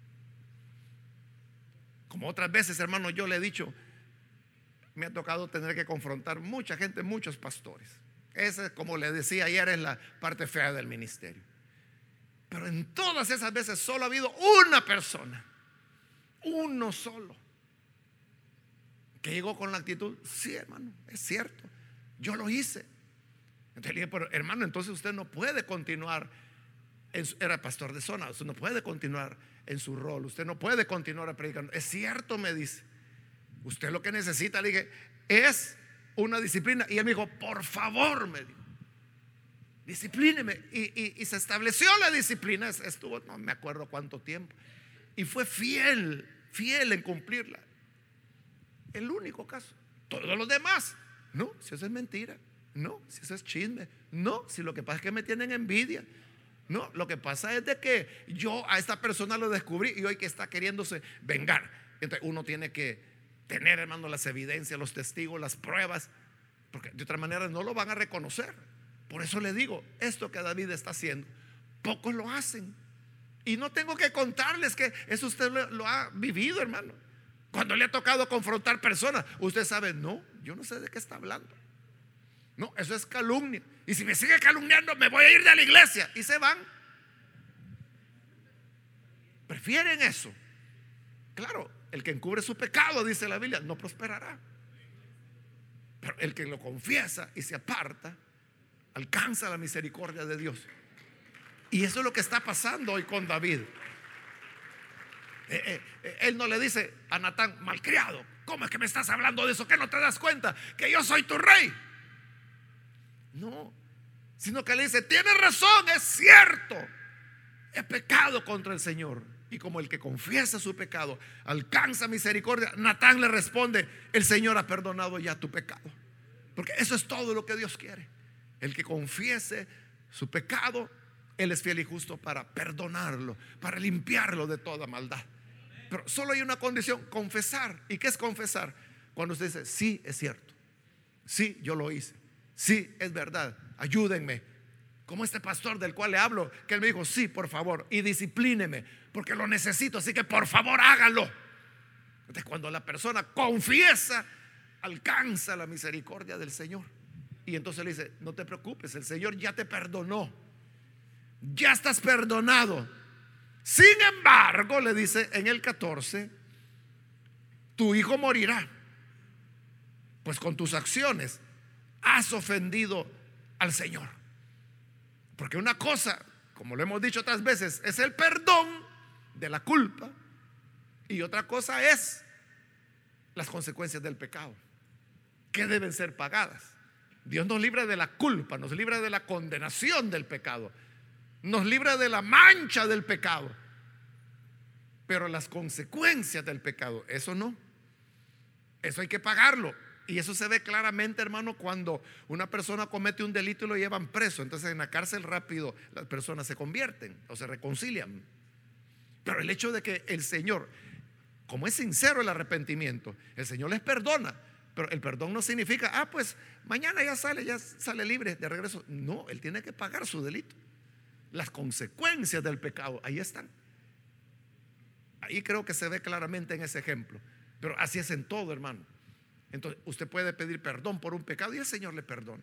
Como otras veces, hermano, yo le he dicho, me ha tocado tener que confrontar mucha gente, muchos pastores. Esa, como le decía ayer, es la parte fea del ministerio. Pero en todas esas veces solo ha habido una persona, uno solo, que llegó con la actitud: sí, hermano, es cierto, yo lo hice. Entonces le dije: pero hermano, entonces usted no puede continuar era pastor de zona, usted no puede continuar en su rol, usted no puede continuar predicando. Es cierto, me dice, usted lo que necesita, le dije, es una disciplina. Y él me dijo: por favor, me dijo, disciplíneme. Y se estableció la disciplina. Estuvo, no me acuerdo cuánto tiempo, y fue fiel en cumplirla. El único caso. Todos los demás: no, si eso es mentira, no, si eso es chisme, no, si lo que pasa es que me tienen envidia, no, lo que pasa es de que yo a esta persona lo descubrí y hoy que está queriéndose vengar. Entonces uno tiene que tener, hermano, las evidencias, los testigos, las pruebas, porque de otra manera no lo van a reconocer. Por eso le digo, esto que David está haciendo, pocos lo hacen. Y no tengo que contarles que eso usted lo ha vivido, hermano. Cuando le ha tocado confrontar personas, usted sabe: no, yo no sé de qué está hablando. No, eso es calumnia. Y si me sigue calumniando, me voy a ir de la iglesia. Y se van. Prefieren eso. Claro, el que encubre su pecado, dice la Biblia, no prosperará. Pero el que lo confiesa y se aparta, alcanza la misericordia de Dios. Y eso es lo que está pasando hoy con David. Él no le dice a Natán: malcriado, ¿cómo es que me estás hablando de eso? ¿Que no te das cuenta que yo soy tu rey? No, sino que le dice: tienes razón, es cierto, he pecado contra el Señor. Y como el que confiesa su pecado alcanza misericordia, Natán le responde: el Señor ha perdonado ya tu pecado. Porque eso es todo lo que Dios quiere. El que confiese su pecado, Él es fiel y justo para perdonarlo, para limpiarlo de toda maldad. Pero solo hay una condición: confesar. ¿Y qué es confesar? Cuando usted dice: sí, es cierto, sí, yo lo hice, sí, es verdad, ayúdenme. Como este pastor del cual le hablo, que él me dijo: sí, por favor, y disciplíneme, porque lo necesito, así que por favor hágalo. Entonces, cuando la persona confiesa, alcanza la misericordia del Señor. Y entonces le dice: no te preocupes, el Señor ya te perdonó, ya estás perdonado. Sin embargo, le dice en el 14: tu hijo morirá, pues con tus acciones has ofendido al Señor. Porque una cosa, como lo hemos dicho otras veces, es el perdón de la culpa, y otra cosa es las consecuencias del pecado, que deben ser pagadas. Dios nos libra de la culpa, nos libra de la condenación del pecado, nos libra de la mancha del pecado, pero las consecuencias del pecado, eso no, eso hay que pagarlo. Y eso se ve claramente, hermano, cuando una persona comete un delito y lo llevan preso. Entonces en la cárcel rápido las personas se convierten o se reconcilian. Pero el hecho de que el Señor, como es sincero el arrepentimiento, el Señor les perdona. Pero el perdón no significa: pues mañana ya sale libre de regreso. No, él tiene que pagar su delito. Las consecuencias del pecado, ahí están. Ahí creo que se ve claramente en ese ejemplo. Pero así es en todo, hermano. Entonces usted puede pedir perdón por un pecado y el Señor le perdona.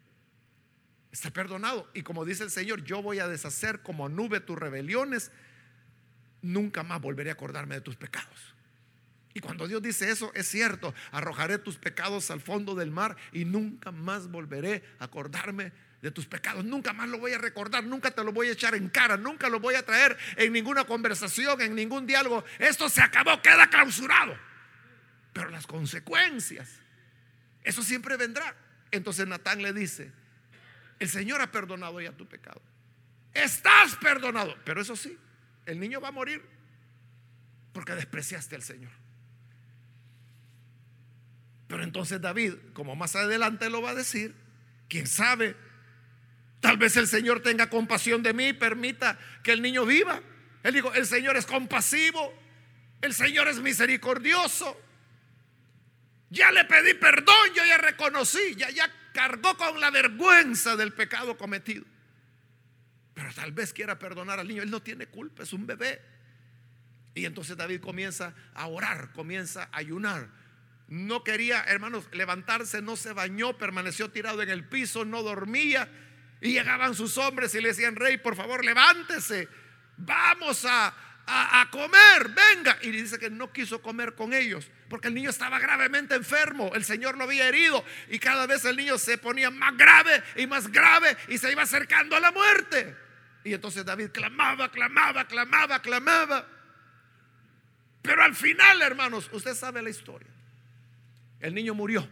Está perdonado. Y como dice el Señor: yo voy a deshacer como nube tus rebeliones, nunca más volveré a acordarme de tus pecados. Y cuando Dios dice eso, es cierto: arrojaré tus pecados al fondo del mar y nunca más volveré a acordarme de tus pecados. Nunca más lo voy a recordar, nunca te lo voy a echar en cara, nunca lo voy a traer en ninguna conversación, en ningún diálogo. Esto se acabó, queda clausurado. Pero las consecuencias, eso siempre vendrá. Entonces Natán le dice: el Señor ha perdonado ya tu pecado, estás perdonado. Pero eso sí, el niño va a morir porque despreciaste al Señor. Pero entonces David, como más adelante lo va a decir, quién sabe, tal vez el Señor tenga compasión de mí y permita que el niño viva. Él dijo: el Señor es compasivo, el Señor es misericordioso. Ya le pedí perdón, yo ya reconocí, ya cargó con la vergüenza del pecado cometido. Pero tal vez quiera perdonar al niño. Él no tiene culpa, es un bebé. Y entonces David comienza a orar, comienza a ayunar. No quería, hermanos, levantarse, no se bañó, permaneció tirado en el piso, no dormía. Y llegaban sus hombres y le decían: rey, por favor, levántese, vamos a comer, venga. Y dice que no quiso comer con ellos porque el niño estaba gravemente enfermo. El Señor lo había herido y cada vez el niño se ponía más grave y se iba acercando a la muerte. Y entonces David clamaba. Pero al final, hermanos, usted sabe la historia. El niño murió.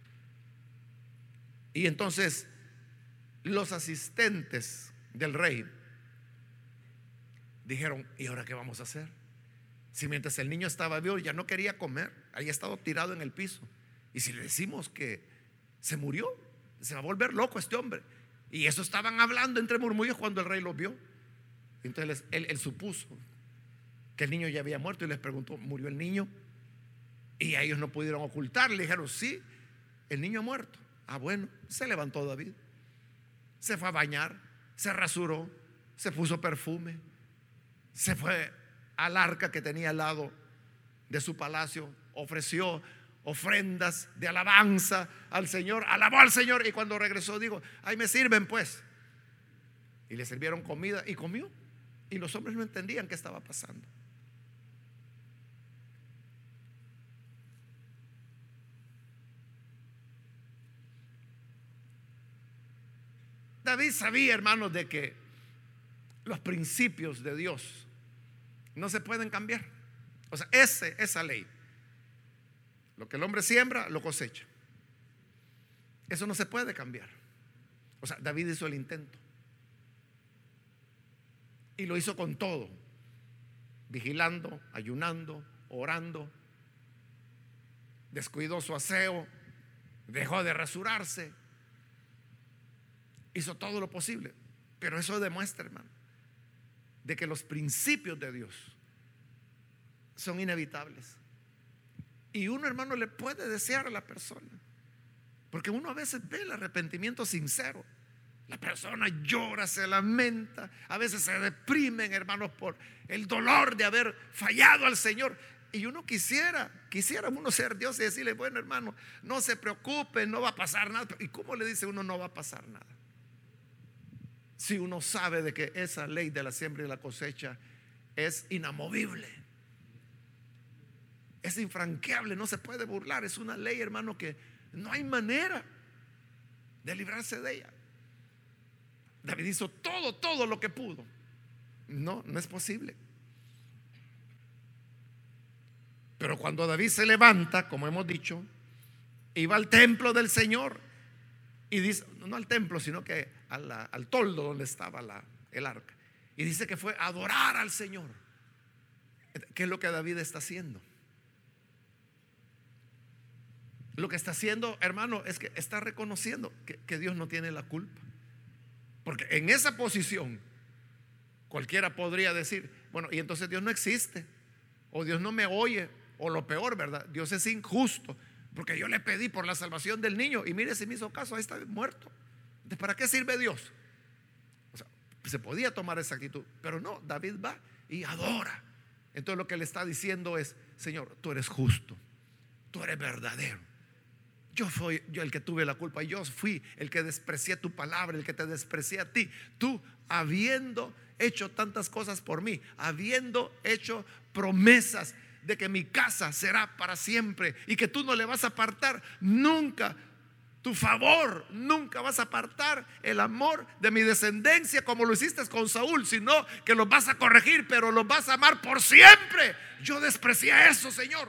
Y entonces los asistentes del rey dijeron: ¿y ahora qué vamos a hacer? Si mientras el niño estaba vivo ya no quería comer, había estado tirado en el piso, y si le decimos que se murió, se va a volver loco este hombre. Y eso estaban hablando entre murmullos cuando el rey lo vio. Entonces él supuso que el niño ya había muerto y les preguntó: ¿murió el niño? Y a ellos no pudieron ocultar, le dijeron: sí, el niño ha muerto. Ah, bueno. Se levantó David, se fue a bañar, se rasuró, se puso perfume, se fue al arca que tenía al lado de su palacio, ofreció ofrendas de alabanza al Señor, alabó al Señor. Y cuando regresó dijo: ahí me sirven pues. Y le sirvieron comida y comió. Y los hombres no entendían qué estaba pasando. David sabía, hermanos, de que los principios de Dios no se pueden cambiar. O sea, esa ley, lo que el hombre siembra, lo cosecha. Eso no se puede cambiar. O sea, David hizo el intento y lo hizo con todo: vigilando, ayunando, orando, descuidó su aseo, dejó de rasurarse, hizo todo lo posible. Pero eso demuestra, hermano, de que los principios de Dios son inevitables. Y uno, hermano, le puede desear a la persona, porque uno a veces ve el arrepentimiento sincero. La persona llora, se lamenta, a veces se deprimen, hermanos, por el dolor de haber fallado al Señor. Y uno quisiera uno ser Dios y decirle: bueno, hermano, no se preocupe, no va a pasar nada. ¿Y cómo le dice uno no va a pasar nada? Si uno sabe de que esa ley de la siembra y la cosecha es inamovible, es infranqueable, no se puede burlar. Es una ley, hermano, que no hay manera de librarse de ella. David hizo todo lo que pudo. No es posible. Pero cuando David se levanta, como hemos dicho, iba al templo del Señor y dice, no al templo, sino que al toldo donde estaba el arca, y dice que fue a adorar al Señor. ¿Qué es lo que David está haciendo? Lo que está haciendo, hermano, es que está reconociendo que Dios no tiene la culpa. Porque en esa posición cualquiera podría decir: bueno, y entonces Dios no existe, o Dios no me oye, o lo peor, ¿verdad? Dios es injusto, porque yo le pedí por la salvación del niño y mire si me hizo caso, ahí está muerto. Entonces, ¿para qué sirve Dios? O sea, se podía tomar esa actitud, pero no, David va y adora. Entonces lo que le está diciendo es: Señor, tú eres justo, tú eres verdadero. Yo fui el que tuve la culpa, yo fui el que desprecié tu palabra, el que te desprecié a ti. Tú, habiendo hecho tantas cosas por mí, habiendo hecho promesas de que mi casa será para siempre y que tú no le vas a apartar nunca tu favor, nunca vas a apartar el amor de mi descendencia como lo hiciste con Saúl, sino que los vas a corregir, pero los vas a amar por siempre. Yo desprecié eso, Señor,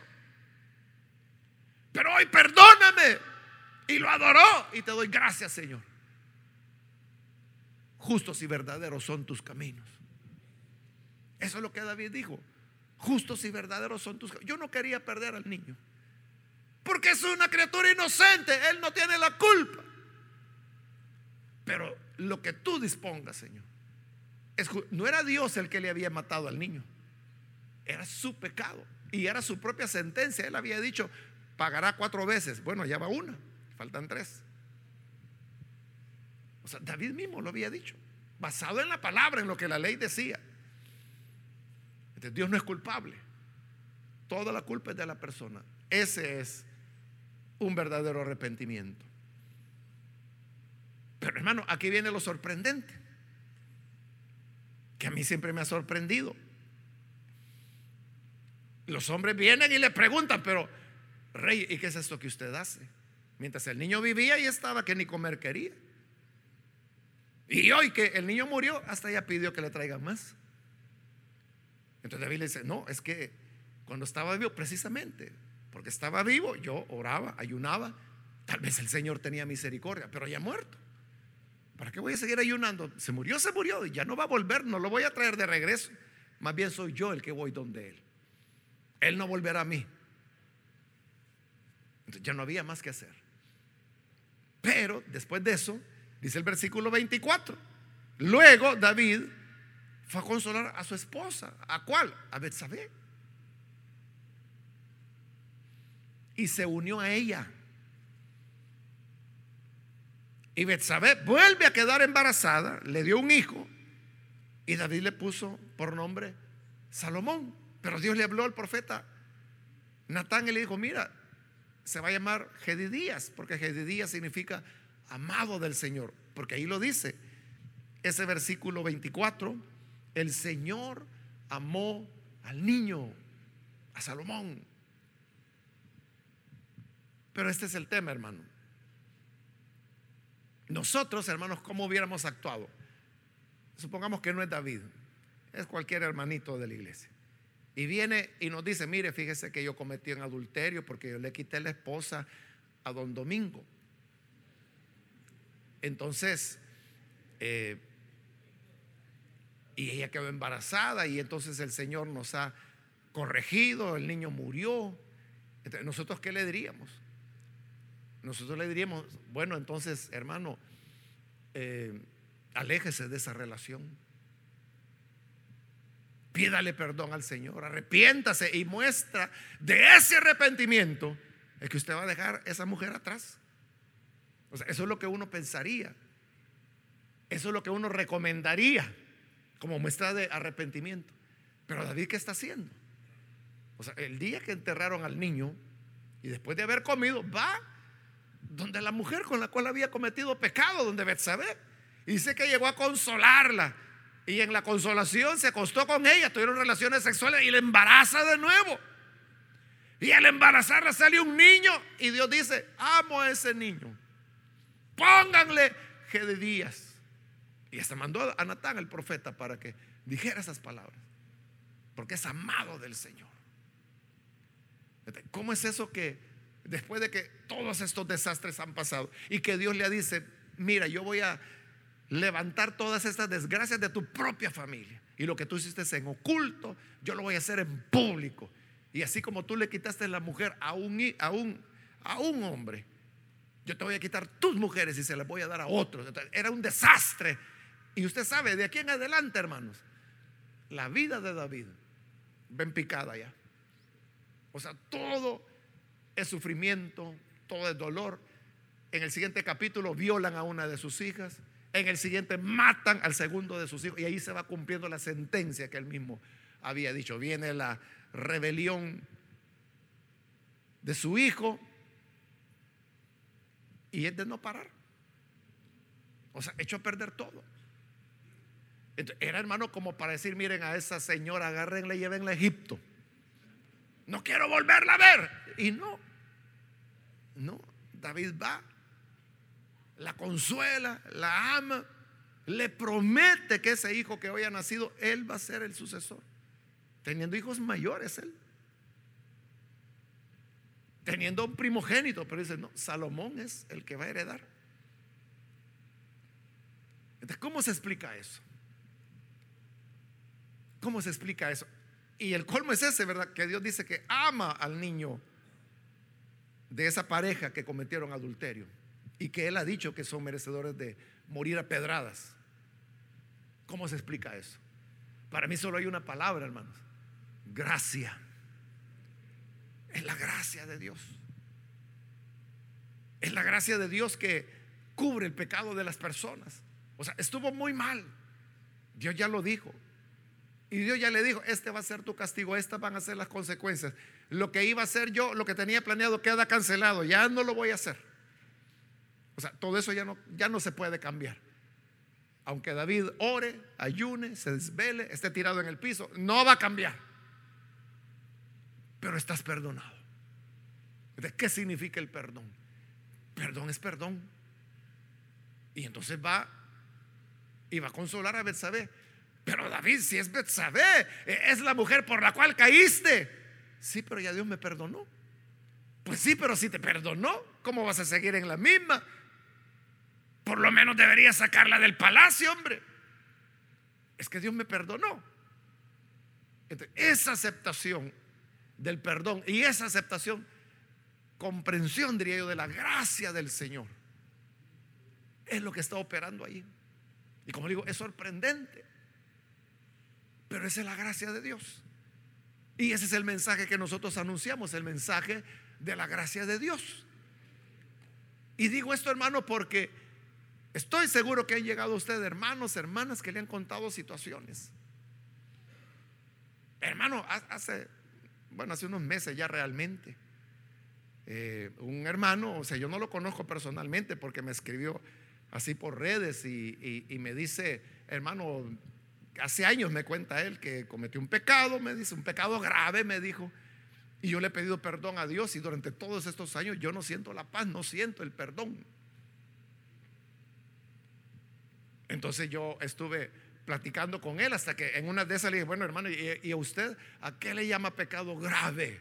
pero hoy perdóname. Y lo adoró y te doy gracias, Señor. Justos y verdaderos son tus caminos. Eso es lo que David dijo. Justos y verdaderos son tus caminos. Yo no quería perder al niño porque es una criatura inocente, él no tiene la culpa. Pero lo que tú dispongas, Señor, no era Dios el que le había matado al niño, era su pecado y era su propia sentencia. Él había dicho: pagará 4 veces. Bueno, ya va una, faltan 3. O sea, David mismo lo había dicho, basado en la palabra, en lo que la ley decía. Entonces, Dios no es culpable, toda la culpa es de la persona. Ese es un verdadero arrepentimiento. Pero hermano, aquí viene lo sorprendente, que a mí siempre me ha sorprendido. Los hombres vienen y le preguntan: pero rey, ¿y qué es esto que usted hace? Mientras el niño vivía y estaba que ni comer quería, y hoy que el niño murió, hasta ella pidió que le traigan más. Entonces David le dice: no, es que cuando estaba vivo, precisamente porque estaba vivo, yo oraba, ayunaba. Tal vez el Señor tenía misericordia, pero ya muerto, ¿para qué voy a seguir ayunando? Se murió y ya no va a volver, no lo voy a traer de regreso. Más bien soy yo el que voy donde él. Él no volverá a mí. Entonces ya no había más que hacer. Pero después de eso, dice el versículo 24, luego David fue a consolar a su esposa. ¿A cuál? A Betsabé. Y se unió a ella. Y Betsabé vuelve a quedar embarazada, le dio un hijo, y David le puso por nombre Salomón. Pero Dios le habló al profeta Natán y le dijo: mira, se va a llamar Jedidías, porque Jedidías significa amado del Señor. Porque ahí lo dice ese versículo 24: el Señor amó al niño, a Salomón. Pero este es el tema, hermano. Nosotros, hermanos, ¿cómo hubiéramos actuado? Supongamos que no es David, es cualquier hermanito de la iglesia, y viene y nos dice: mire, fíjese que yo cometí un adulterio porque yo le quité la esposa a don Domingo. Entonces y ella quedó embarazada, y entonces el Señor nos ha corregido, el niño murió. Entonces, ¿nosotros qué le diríamos? Nosotros le diríamos: bueno, entonces, hermano, aléjese de esa relación, pídale perdón al Señor, arrepiéntase, y muestra de ese arrepentimiento es que usted va a dejar esa mujer atrás. O sea, eso es lo que uno pensaría, eso es lo que uno recomendaría como muestra de arrepentimiento. Pero David, ¿qué está haciendo? O sea, el día que enterraron al niño, y después de haber comido, va donde la mujer con la cual había cometido pecado, donde Betsabé, y dice que llegó a consolarla, y en la consolación se acostó con ella, tuvieron relaciones sexuales y la embaraza de nuevo. Y al embarazarla sale un niño, y Dios dice: amo a ese niño, pónganle Jedidías. Y hasta mandó a Natán, el profeta, para que dijera esas palabras, porque es amado del Señor. ¿Cómo es eso que después de que todos estos desastres han pasado y que Dios le dice: mira, yo voy a levantar todas estas desgracias de tu propia familia, y lo que tú hiciste en oculto, yo lo voy a hacer en público? Y así como tú le quitaste la mujer a un hombre, yo te voy a quitar tus mujeres y se las voy a dar a otros. Entonces, era un desastre. Y usted sabe, de aquí en adelante, hermanos, la vida de David ven picada ya. O sea, todo es sufrimiento, todo es dolor. En el siguiente capítulo violan a una de sus hijas, en el siguiente matan al segundo de sus hijos, y ahí se va cumpliendo la sentencia que él mismo había dicho. Viene la rebelión de su hijo, y es de no parar. O sea, echó a perder todo. Entonces, era, hermano, como para decir: miren, a esa señora agárrenla y llévenla a Egipto. no quiero volverla a ver. Y no, David va, la consuela, la ama, le promete que ese hijo que hoy ha nacido, él va a ser el sucesor, teniendo hijos mayores él, teniendo un primogénito, pero dice, no, Salomón es el que va a heredar. Entonces, ¿cómo se explica eso? ¿Cómo se explica eso? Y el colmo es ese, ¿verdad? Que Dios dice que ama al niño de esa pareja que cometieron adulterio y que Él ha dicho que son merecedores de morir a pedradas. ¿Cómo se explica eso? Para mí solo hay una palabra, hermanos: gracia. Es la gracia de Dios. Es la gracia de Dios que cubre el pecado de las personas. O sea, estuvo muy mal, Dios ya lo dijo. Y Dios ya le dijo, este va a ser tu castigo, estas van a ser las consecuencias. Lo que iba a hacer yo, lo que tenía planeado, queda cancelado, ya no lo voy a hacer. O sea, todo eso ya no se puede cambiar. Aunque David ore, ayune, se desvele, esté tirado en el piso, no va a cambiar. Pero estás perdonado. ¿De qué significa el perdón? Perdón es perdón. Y entonces va y va a consolar a Betsabé. Pero David, si es Betsabé, es la mujer por la cual caíste. Sí, pero ya Dios me perdonó. Pues sí, pero si te perdonó, ¿cómo vas a seguir en la misma? Por lo menos deberías sacarla del palacio, hombre. Es que Dios me perdonó. Entonces, esa aceptación del perdón y esa aceptación, comprensión, diría yo, de la gracia del Señor, es lo que está operando ahí. Y como digo, es sorprendente, pero esa es la gracia de Dios. Y ese es el mensaje que nosotros anunciamos, el mensaje de la gracia de Dios. Y digo esto, hermano, porque estoy seguro que han llegado a ustedes hermanos, hermanas que le han contado situaciones. Hermano, hace unos meses ya realmente, un hermano, o sea, yo no lo conozco personalmente porque me escribió así por redes y me dice, hermano, hace años me cuenta él que cometió un pecado, me dice, un pecado grave, me dijo, y yo le he pedido perdón a Dios y durante todos estos años yo no siento la paz, no siento el perdón. Entonces yo estuve platicando con él hasta que en una de esas le dije, bueno, hermano, ¿y a usted a qué le llama pecado grave?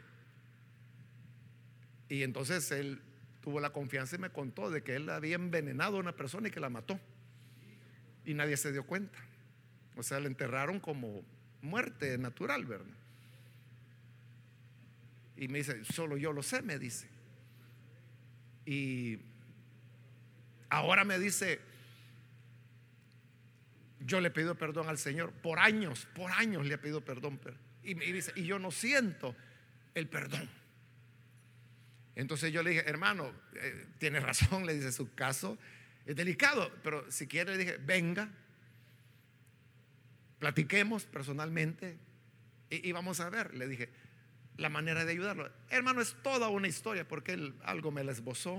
Y entonces él tuvo la confianza y me contó de que él había envenenado a una persona y que la mató y nadie se dio cuenta. O sea, le enterraron como muerte natural, ¿verdad? Y me dice, solo yo lo sé, me dice. Y ahora me dice, yo le he pedido perdón al Señor por años le he pedido perdón, y dice, y yo no siento el perdón. Entonces yo le dije, hermano, tiene razón, le dice, su caso es delicado, pero si quiere, le dije, venga, platiquemos personalmente y vamos a ver, le dije, la manera de ayudarlo. Hermano, es toda una historia porque él algo me la esbozó.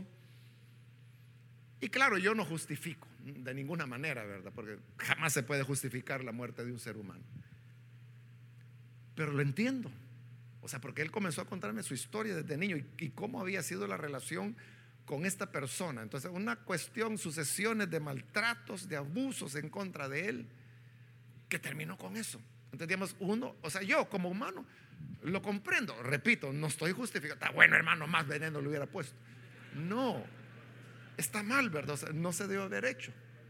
Y claro, yo no justifico de ninguna manera, ¿verdad? Porque jamás se puede justificar la muerte de un ser humano. Pero lo entiendo. O sea, porque él comenzó a contarme su historia desde niño y cómo había sido la relación con esta persona. Entonces, una cuestión, sucesiones de maltratos, de abusos en contra de él, que terminó con eso. Entonces, digamos, o sea, yo como humano lo comprendo. Repito, no estoy justificando. Está bueno, hermano, más veneno le hubiera puesto. No, está mal, ¿verdad? O sea, no se debe haber hecho.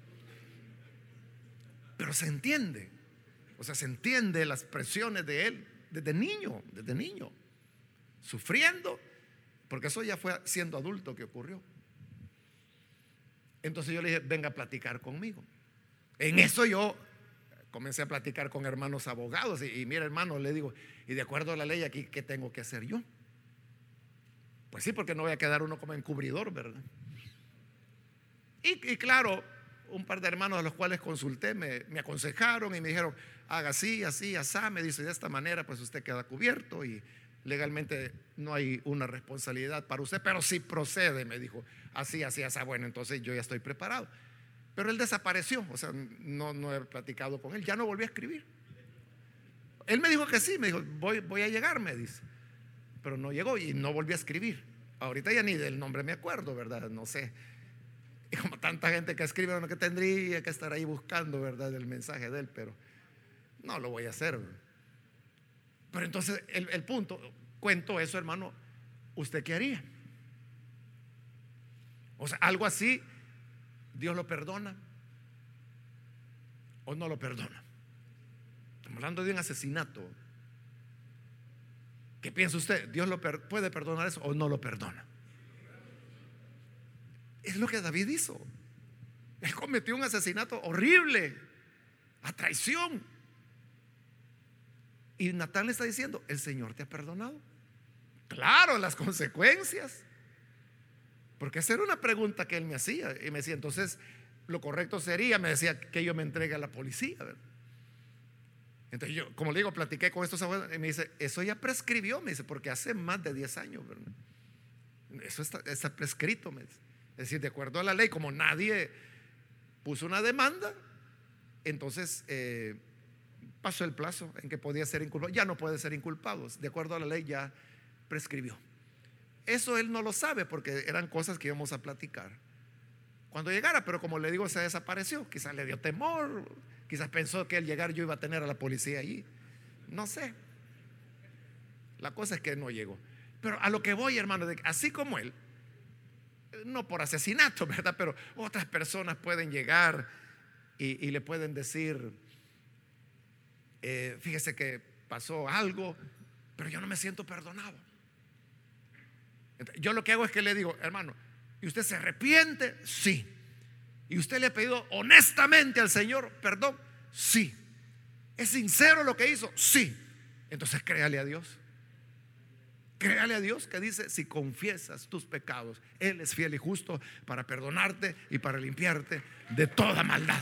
Pero se entiende. O sea, se entiende las presiones de él desde niño, sufriendo, porque eso ya fue siendo adulto que ocurrió. Entonces yo le dije, venga a platicar conmigo. En eso yo comencé a platicar con hermanos abogados y mira, hermano, le digo, y de acuerdo a la ley aquí, ¿qué tengo que hacer yo? Pues sí, porque no voy a quedar uno como encubridor, ¿verdad? Y claro, un par de hermanos a los cuales consulté me aconsejaron y me dijeron, haga así, así, así. Me dice, de esta manera pues usted queda cubierto y legalmente no hay una responsabilidad para usted, pero si procede, me dijo, así, así, así. Bueno, entonces yo ya estoy preparado. Pero él desapareció, o sea, no he platicado con él, ya no volví a escribir. Él me dijo que sí, me dijo, voy a llegar, me dice. pero no llegó y no volví a escribir. Ahorita ya ni del nombre me acuerdo, ¿verdad? No sé. Y como tanta gente que escribe, bueno, que tendría que estar ahí buscando, ¿verdad?, el mensaje de él, pero no lo voy a hacer. Pero entonces el punto, cuento eso, hermano, ¿usted qué haría? O sea, algo así, ¿Dios lo perdona o no lo perdona? Estamos hablando de un asesinato. ¿Qué piensa usted? ¿Dios puede perdonar eso o no lo perdona? Es lo que David hizo. Él cometió un asesinato horrible, a traición. Y Natán le está diciendo: el Señor te ha perdonado. Claro, las consecuencias. Porque esa era una pregunta que él me hacía. Y me decía, entonces lo correcto sería, me decía, que yo me entregue a la policía, ¿verdad? Entonces yo, como le digo, platiqué con estos abogados y me dice: eso ya prescribió, me dice, porque hace más de 10 años, ¿verdad? Eso está prescrito, me dice. Es decir, de acuerdo a la ley, como nadie puso una demanda, entonces pasó el plazo en que podía ser inculpado. Ya no puede ser inculpado, de acuerdo a la ley ya prescribió. Eso él no lo sabe, porque eran cosas que íbamos a platicar cuando llegara, pero como le digo, se desapareció. Quizás le dio temor, quizás pensó que al llegar yo iba a tener a la policía allí, no sé. La cosa es que no llegó. Pero a lo que voy, hermano, así como él, no por asesinato, ¿verdad?, pero otras personas pueden llegar y le pueden decir: fíjese que pasó algo, pero yo no me siento perdonado. Entonces, yo lo que hago es que le digo: hermano, ¿y usted se arrepiente? Sí. ¿Y usted le ha pedido honestamente al Señor perdón? Sí. ¿Es sincero lo que hizo? Sí. Entonces créale a Dios. Créale a Dios, que dice: si confiesas tus pecados, Él es fiel y justo para perdonarte y para limpiarte de toda maldad.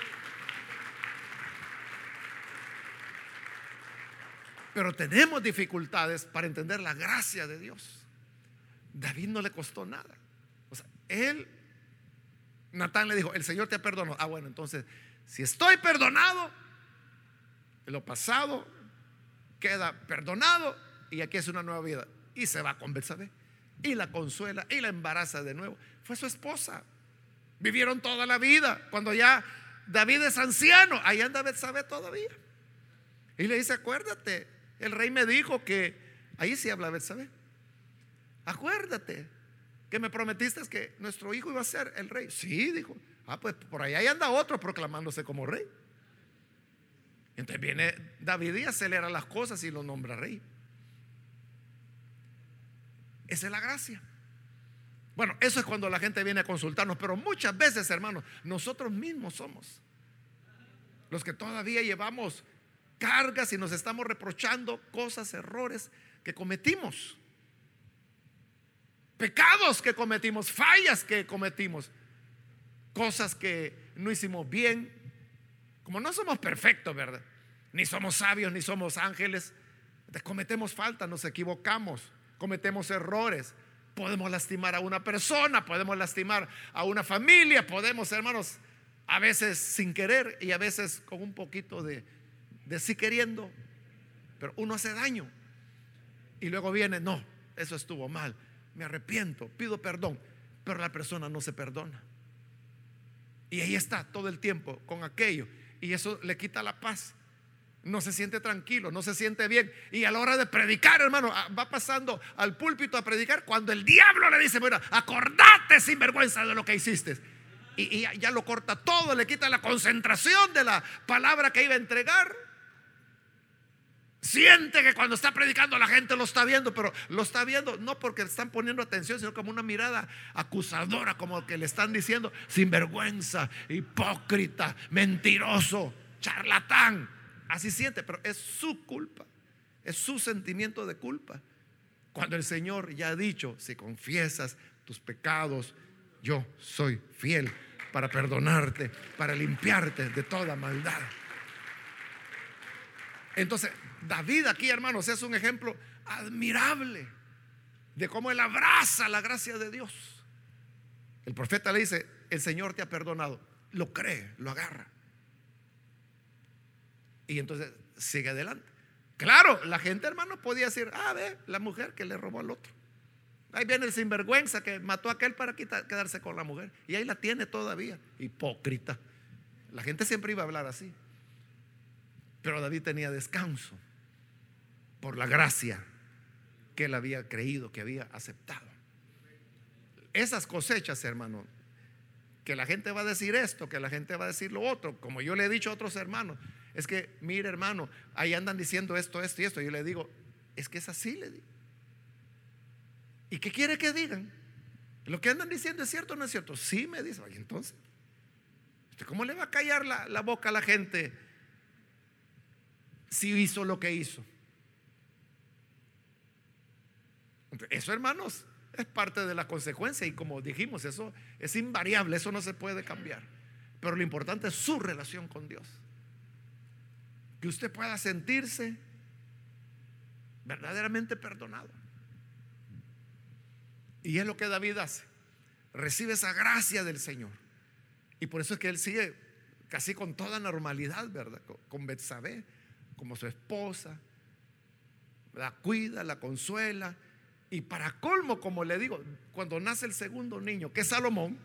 Pero tenemos dificultades para entender la gracia de Dios. David no le costó nada. O sea, Natán le dijo: el Señor te perdonó. Ah, bueno, entonces, si estoy perdonado, lo pasado queda perdonado y aquí es una nueva vida. Y se va con Betsabé y la consuela y la embaraza de nuevo. Fue su esposa. Vivieron toda la vida. Cuando ya David es anciano, ahí anda Betsabé todavía. Y le dice: acuérdate, el rey me dijo que, ahí sí habla Betsabé, acuérdate que me prometiste que nuestro hijo iba a ser el rey. Sí, dijo. Ah, pues por ahí anda otro proclamándose como rey. Entonces viene David y acelera las cosas y lo nombra rey. Esa es la gracia. Bueno, eso es cuando la gente viene a consultarnos, pero muchas veces, hermanos, nosotros mismos somos los que todavía llevamos cargas y nos estamos reprochando cosas, errores que cometimos, pecados que cometimos, fallas que cometimos, cosas que no hicimos bien. Como no somos perfectos, ¿verdad?, ni somos sabios, ni somos ángeles, cometemos faltas, nos equivocamos, cometemos errores. Podemos lastimar a una persona, podemos lastimar a una familia, podemos, hermanos, a veces sin querer y a veces con un poquito de sí queriendo, pero uno hace daño y luego viene: no, eso estuvo mal, me arrepiento, pido perdón, pero la persona no se perdona y ahí está todo el tiempo con aquello, y eso le quita la paz. No se siente tranquilo, no se siente bien. Y a la hora de predicar, hermano, va pasando al púlpito a predicar cuando el diablo le dice: bueno, acordate, sinvergüenza, de lo que hiciste. Y ya lo corta todo, le quita la concentración de la palabra que iba a entregar. Siente que cuando está predicando la gente lo está viendo, pero lo está viendo no porque están poniendo atención, sino como una mirada acusadora, como que le están diciendo: sinvergüenza, hipócrita, mentiroso, charlatán. Así siente, pero es su culpa, es su sentimiento de culpa. Cuando el Señor ya ha dicho: si confiesas tus pecados, yo soy fiel para perdonarte, para limpiarte de toda maldad. Entonces David aquí, hermanos, es un ejemplo admirable de cómo él abraza la gracia de Dios. El profeta le dice: el Señor te ha perdonado. Lo cree, lo agarra y entonces sigue adelante. Claro, la gente, hermano, podía decir: ah, ve, la mujer que le robó al otro. Ahí viene el sinvergüenza que mató a aquel para quedarse con la mujer. Y ahí la tiene todavía. Hipócrita. La gente siempre iba a hablar así. Pero David tenía descanso por la gracia que él había creído, que había aceptado. Esas cosechas, hermano, que la gente va a decir esto, que la gente va a decir lo otro, como yo le he dicho a otros hermanos, es que mire, hermano, ahí andan diciendo esto, esto y esto. Yo le digo: es que es así, le digo. ¿Y qué quiere que digan? ¿Lo que andan diciendo es cierto o no es cierto? Sí, me dice. Y entonces, ¿usted cómo le va a callar la boca a la gente si hizo lo que hizo? Eso, hermanos, es parte de la consecuencia. Y como dijimos, eso es invariable, eso no se puede cambiar. Pero lo importante es su relación con Dios, que usted pueda sentirse verdaderamente perdonado. Y es lo que David hace. Recibe esa gracia del Señor. Y por eso es que él sigue casi con toda normalidad, ¿verdad? Con Betsabé como su esposa. La cuida, la consuela. Y para colmo, como le digo, cuando nace el segundo niño, que es Salomón,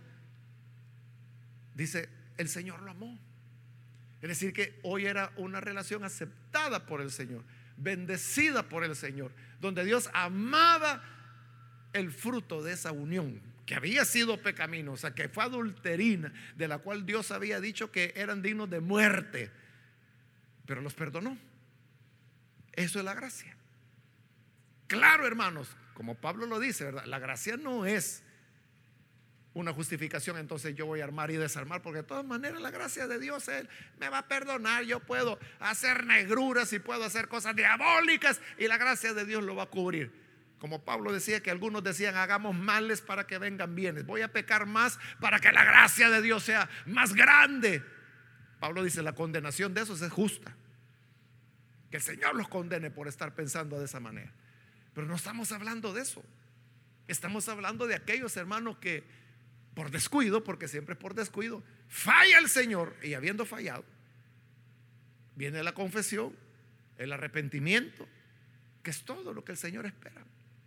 dice: el Señor lo amó. Es decir, que hoy era una relación aceptada por el Señor, bendecida por el Señor, donde Dios amaba el fruto de esa unión que había sido pecaminosa, que fue adulterina, de la cual Dios había dicho que eran dignos de muerte, pero los perdonó. Eso es la gracia. Claro, hermanos, como Pablo lo dice, ¿verdad? La gracia no es una justificación, entonces yo voy a armar y desarmar, porque de todas maneras la gracia de Dios, Él me va a perdonar. Yo puedo hacer negruras y puedo hacer cosas diabólicas y la gracia de Dios lo va a cubrir. Como Pablo decía, que algunos decían: hagamos males para que vengan bienes. Voy a pecar más para que la gracia de Dios sea más grande. Pablo dice: la condenación de esos es justa. Que el Señor los condene por estar pensando de esa manera. Pero no estamos hablando de eso. Estamos hablando de aquellos hermanos que por descuido, porque siempre es por descuido, falla el Señor, y habiendo fallado, viene la confesión, el arrepentimiento, que es todo lo que el Señor espera.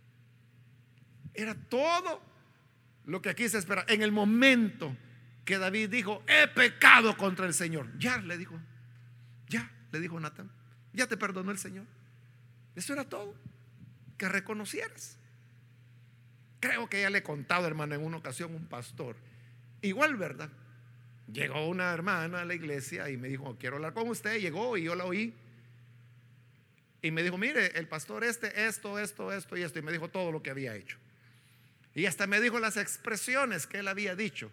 Era todo lo que aquí se espera. En el momento que David dijo: he pecado contra el Señor, ya le dijo Natán, ya te perdonó el Señor. Eso era todo, que reconocieras. Creo que ya le he contado, hermano, en una ocasión un pastor, igual, ¿verdad? Llegó una hermana a la iglesia y me dijo: quiero hablar con usted. Llegó y yo la oí y me dijo: mire, el pastor esto y esto. Y me dijo todo lo que había hecho. Y hasta me dijo las expresiones que él había dicho.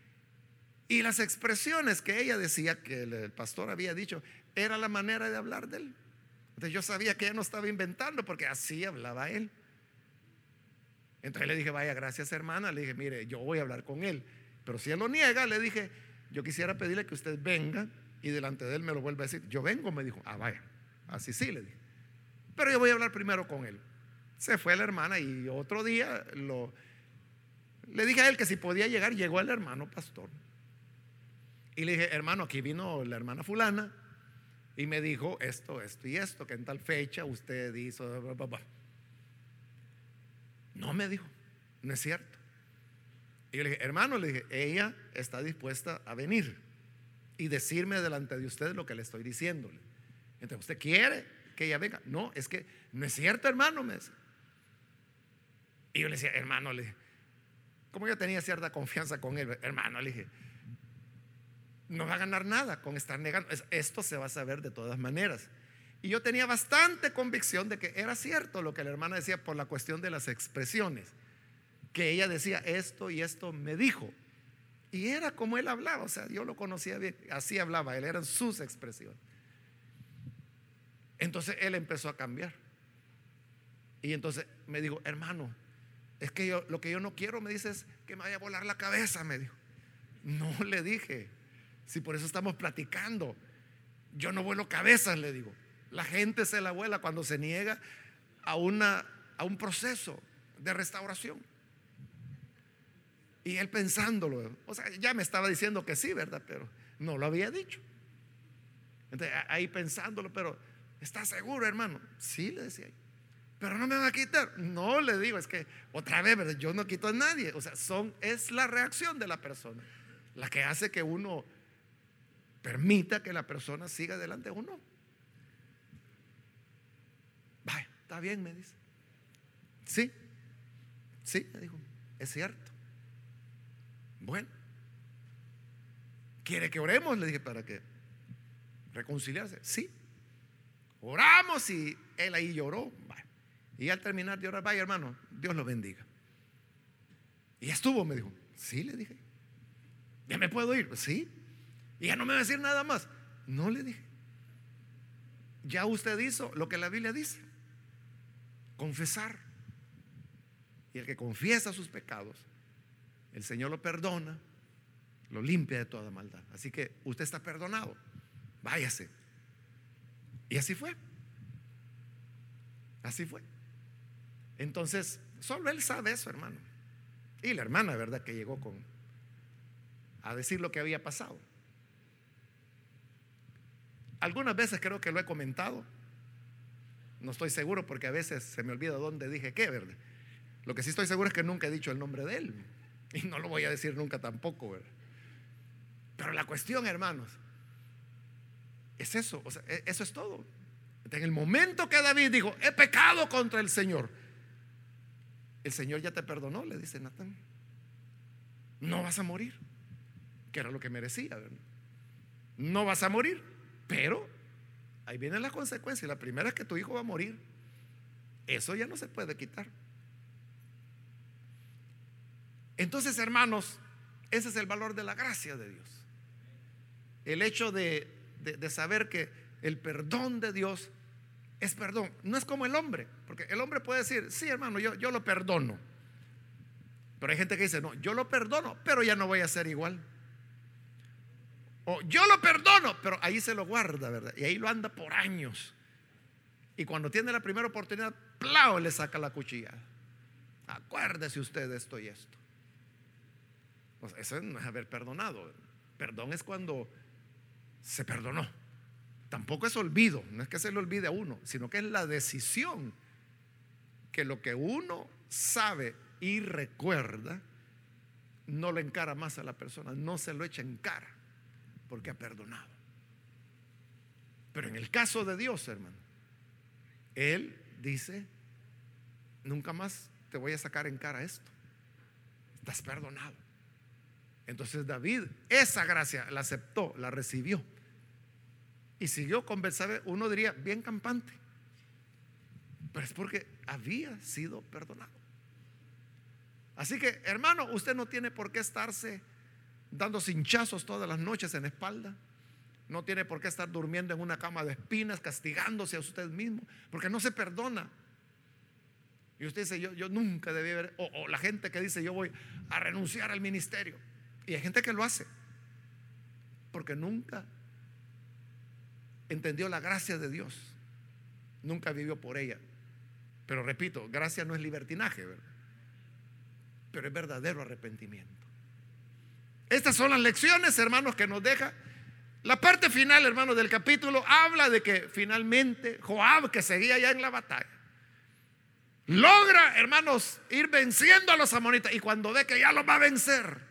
Y las expresiones que ella decía que el pastor había dicho era la manera de hablar de él. Entonces yo sabía que ella no estaba inventando, porque así hablaba él. Entonces le dije: vaya, gracias, hermana. Le dije: mire, yo voy a hablar con él, pero si él lo niega, le dije: yo quisiera pedirle que usted venga y delante de él me lo vuelva a decir. Yo vengo, me dijo. Ah, vaya, así sí, le dije, pero yo voy a hablar primero con él. Se fue la hermana y otro día le dije a él que si podía llegar. Llegó el hermano pastor y le dije: hermano, aquí vino la hermana fulana y me dijo esto y esto, que en tal fecha usted hizo. No, me dijo, no es cierto. Y yo le dije: hermano, le dije, ella está dispuesta a venir y decirme delante de usted lo que le estoy diciéndole. Entonces, ¿usted quiere que ella venga? No, es que no es cierto, hermano, me decía. Y yo le decía: hermano, le dije, como yo tenía cierta confianza con él, hermano, le dije, no va a ganar nada con estar negando. Esto se va a saber de todas maneras. Y yo tenía bastante convicción de que era cierto lo que la hermana decía, por la cuestión de las expresiones, que ella decía: esto y esto me dijo. Y era como él hablaba, o sea, yo lo conocía bien, así hablaba él, eran sus expresiones. Entonces él empezó a cambiar. Y entonces me dijo: hermano, es que lo que yo no quiero, me dice, es que me vaya a volar la cabeza, me dijo. No, le dije, si por eso estamos platicando, yo no vuelo cabezas, le digo. La gente se la vuela cuando se niega a un proceso de restauración. Y él pensándolo, o sea, ya me estaba diciendo que sí, ¿verdad? Pero no lo había dicho. Entonces ahí pensándolo, pero ¿Estás seguro, hermano? Sí, le decía yo. Pero no me van a quitar. No, le digo, es que otra vez, ¿verdad? Yo no quito a nadie. O sea, es la reacción de la persona la que hace que uno permita que la persona siga adelante o no. Vaya, está bien, me dice. Sí, sí, me dijo, es cierto. Bueno, ¿quiere que oremos? Le dije, ¿para qué? ¿Reconciliarse? Sí. Oramos y él ahí lloró. Vaya. Y al terminar de orar, vaya, hermano, Dios lo bendiga. Y ya estuvo, me dijo. Sí, le dije. ¿Ya me puedo ir? Sí. ¿Y ya no me va a decir nada más? No, le dije. Ya usted hizo lo que la Biblia dice: confesar. Y el que confiesa sus pecados, el Señor lo perdona, lo limpia de toda maldad. Así que usted está perdonado, váyase. Y así fue. Así fue. Entonces, solo él sabe eso, hermano. Y la hermana, ¿verdad?, que llegó a decir lo que había pasado. Algunas veces creo que lo he comentado. No estoy seguro porque a veces se me olvida dónde dije qué, ¿verdad? Lo que sí estoy seguro es que nunca he dicho el nombre de él. Y no lo voy a decir nunca tampoco, ¿verdad? Pero la cuestión, hermanos, es eso. O sea, eso es todo. En el momento que David dijo: he pecado contra el Señor, el Señor ya te perdonó, le dice Natán. No vas a morir, que era lo que merecía, ¿verdad? No vas a morir, pero ahí vienen las consecuencias. La primera es que tu hijo va a morir. Eso ya no se puede quitar. Entonces, hermanos, ese es el valor de la gracia de Dios. El hecho de saber que el perdón de Dios es perdón. No es como el hombre, porque el hombre puede decir: sí, hermano, yo lo perdono. Pero hay gente que dice: no, yo lo perdono, pero ya no voy a ser igual. O yo lo perdono, pero ahí se lo guarda, ¿verdad? Y ahí lo anda por años. Y cuando tiene la primera oportunidad, ¡plao!, le saca la cuchilla. Acuérdese usted de esto y esto. Pues eso no es haber perdonado. Perdón es cuando se perdonó. Tampoco es olvido. No es que se le olvide a uno, sino que es la decisión que lo que uno sabe y recuerda no lo encara más a la persona, no se lo echa en cara, porque ha perdonado. Pero en el caso de Dios, hermano, Él dice: nunca más te voy a sacar en cara esto. Estás perdonado. Entonces David esa gracia la aceptó, la recibió y siguió conversando. Uno diría bien campante, pero es porque había sido perdonado. Así que, hermano, usted no tiene por qué estarse dando cinchazos todas las noches en la espalda. No tiene por qué estar durmiendo en una cama de espinas, castigándose a usted mismo, porque no se perdona. Y usted dice: yo nunca debí haber. O la gente que dice: yo voy a renunciar al ministerio. Y hay gente que lo hace porque nunca entendió la gracia de Dios, nunca vivió por ella. Pero repito, gracia no es libertinaje, ¿verdad? Pero es verdadero arrepentimiento. Estas son las lecciones, hermanos, que nos deja la parte final, hermanos, del capítulo. Habla de que finalmente Joab, que seguía ya en la batalla, logra, hermanos, ir venciendo a los amonitas. Y cuando ve que ya los va a vencer,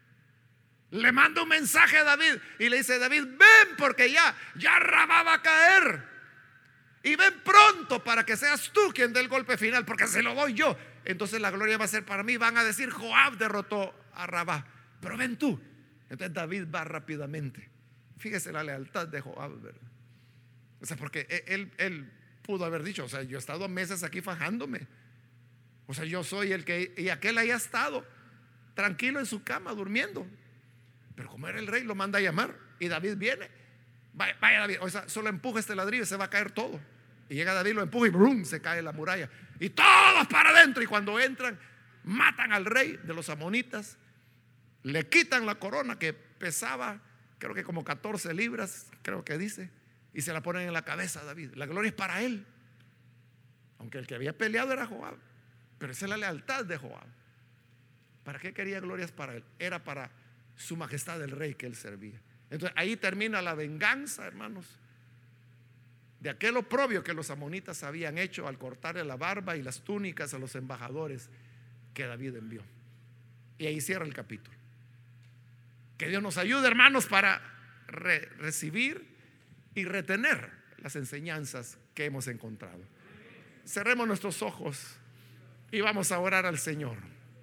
le manda un mensaje a David y le dice: David, ven, porque ya Rabá va a caer, y ven pronto para que seas tú quien dé el golpe final, porque se lo doy yo. Entonces la gloria va a ser para mí. Van a decir: Joab derrotó a Rabá, pero ven tú. Entonces David va rápidamente. Fíjese la lealtad de Joab, ¿verdad? O sea, porque él pudo haber dicho: o sea, yo he estado meses aquí fajándome. O sea, yo soy el que, y aquel haya estado tranquilo en su cama durmiendo. Pero como era el rey, lo manda a llamar. Y David viene. Vaya David, o sea, solo empuja este ladrillo y se va a caer todo. Y llega David, lo empuja y ¡brum!, se cae la muralla. Y todos para adentro. Y cuando entran, matan al rey de los amonitas. Le quitan la corona que pesaba, creo que como 14 libras, creo que dice, y se la ponen en la cabeza a David. La gloria es para él, aunque el que había peleado era Joab. Pero esa es la lealtad de Joab. ¿Para qué quería glorias para él? Era para su majestad el rey que él servía. Entonces ahí termina la venganza, hermanos, de aquel oprobio que los amonitas habían hecho al cortarle la barba y las túnicas a los embajadores que David envió. Y ahí cierra el capítulo. Que Dios nos ayude, hermanos, para recibir y retener las enseñanzas que hemos encontrado. Cerremos nuestros ojos y vamos a orar al Señor.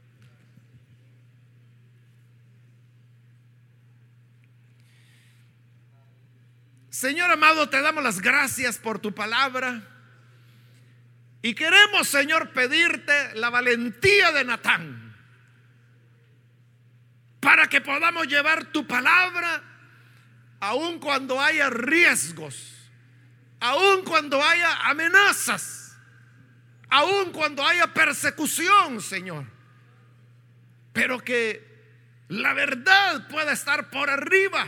Señor amado, te damos las gracias por tu palabra y queremos, Señor, pedirte la valentía de Natán para que podamos llevar tu palabra aun cuando haya riesgos, aun cuando haya amenazas, aun cuando haya persecución, Señor, pero que la verdad pueda estar por arriba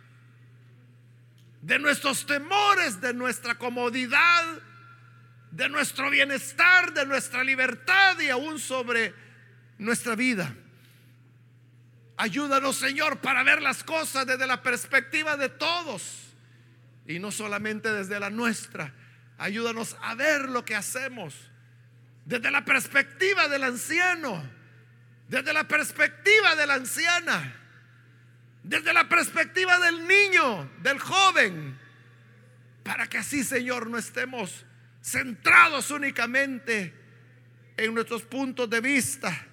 de nuestros temores, de nuestra comodidad, de nuestro bienestar, de nuestra libertad y aún sobre nuestra vida. Ayúdanos, Señor, para ver las cosas desde la perspectiva de todos y no solamente desde la nuestra. Ayúdanos a ver lo que hacemos desde la perspectiva del anciano, desde la perspectiva de la anciana, desde la perspectiva del niño, del joven, para que así, Señor, no estemos centrados únicamente en nuestros puntos de vista.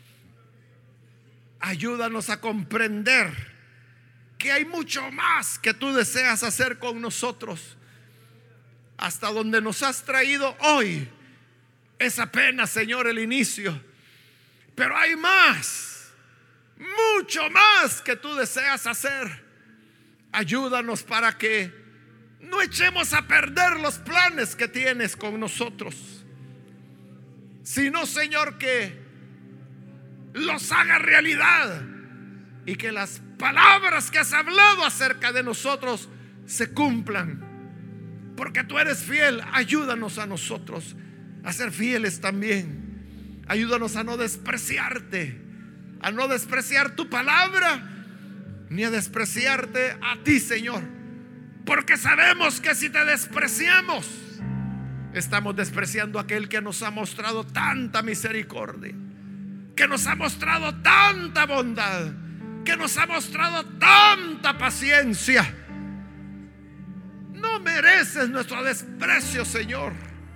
Ayúdanos a comprender que hay mucho más que tú deseas hacer con nosotros. Hasta donde nos has traído hoy es apenas, Señor, el inicio, pero hay más, mucho más que tú deseas hacer. Ayúdanos para que no echemos a perder los planes que tienes con nosotros, sino, Señor, que los haga realidad y que las palabras que has hablado acerca de nosotros se cumplan, porque tú eres fiel. Ayúdanos a nosotros a ser fieles también. Ayúdanos a no despreciarte, a no despreciar tu palabra, ni a despreciarte a ti, Señor, porque sabemos que si te despreciamos, estamos despreciando a aquel que nos ha mostrado tanta misericordia, que nos ha mostrado tanta bondad, que nos ha mostrado tanta paciencia. No mereces nuestro desprecio, Señor.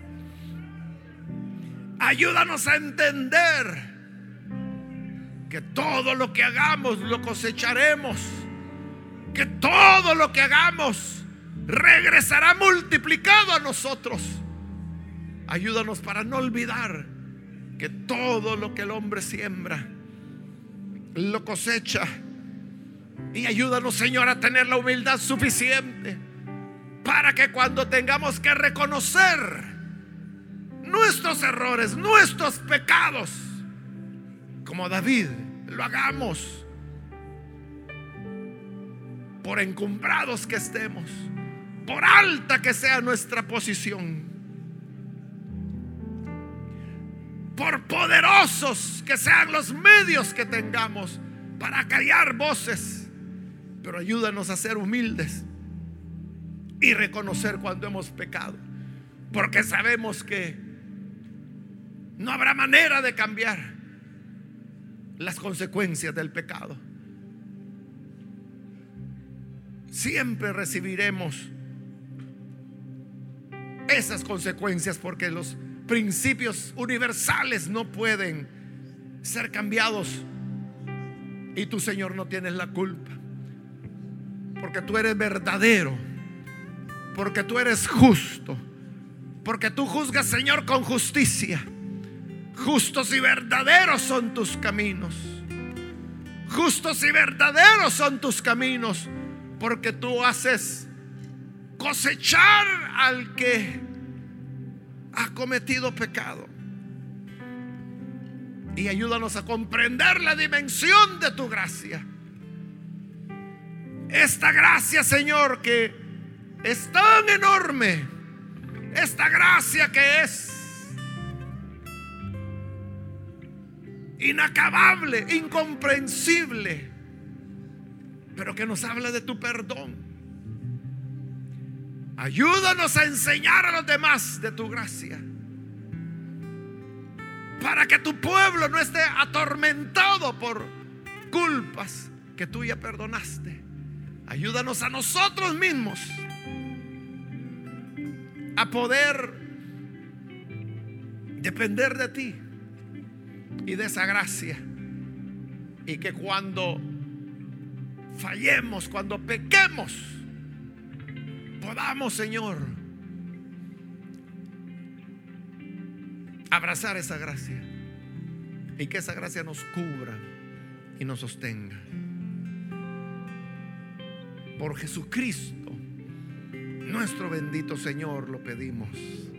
Ayúdanos a entender que todo lo que hagamos lo cosecharemos, que todo lo que hagamos regresará multiplicado a nosotros. Ayúdanos para no olvidar que todo lo que el hombre siembra lo cosecha. Y ayúdanos, Señor, a tener la humildad suficiente para que cuando tengamos que reconocer nuestros errores, nuestros pecados, como David, lo hagamos, por encumbrados que estemos, por alta que sea nuestra posición, por poderosos que sean los medios que tengamos para callar voces. Pero ayúdanos a ser humildes y reconocer cuando hemos pecado, porque sabemos que no habrá manera de cambiar las consecuencias del pecado. Siempre recibiremos esas consecuencias, porque los principios universales no pueden ser cambiados. Y tú, Señor, no tienes la culpa, porque tú eres verdadero, porque tú eres justo, porque tú juzgas, Señor, con justicia. Justos y verdaderos son tus caminos. Justos y verdaderos son tus caminos, porque tú haces cosechar al que ha cometido pecado. Y ayúdanos a comprender la dimensión de tu gracia. Esta gracia, Señor, que es tan enorme. Esta gracia que es inacabable, incomprensible, pero que nos habla de tu perdón. Ayúdanos a enseñar a los demás de tu gracia, para que tu pueblo no esté atormentado por culpas que tú ya perdonaste. Ayúdanos a nosotros mismos a poder depender de ti y de esa gracia, y que cuando fallemos, cuando pequemos, podamos, Señor, abrazar esa gracia, y que esa gracia nos cubra y nos sostenga. Por Jesucristo, nuestro bendito Señor, lo pedimos.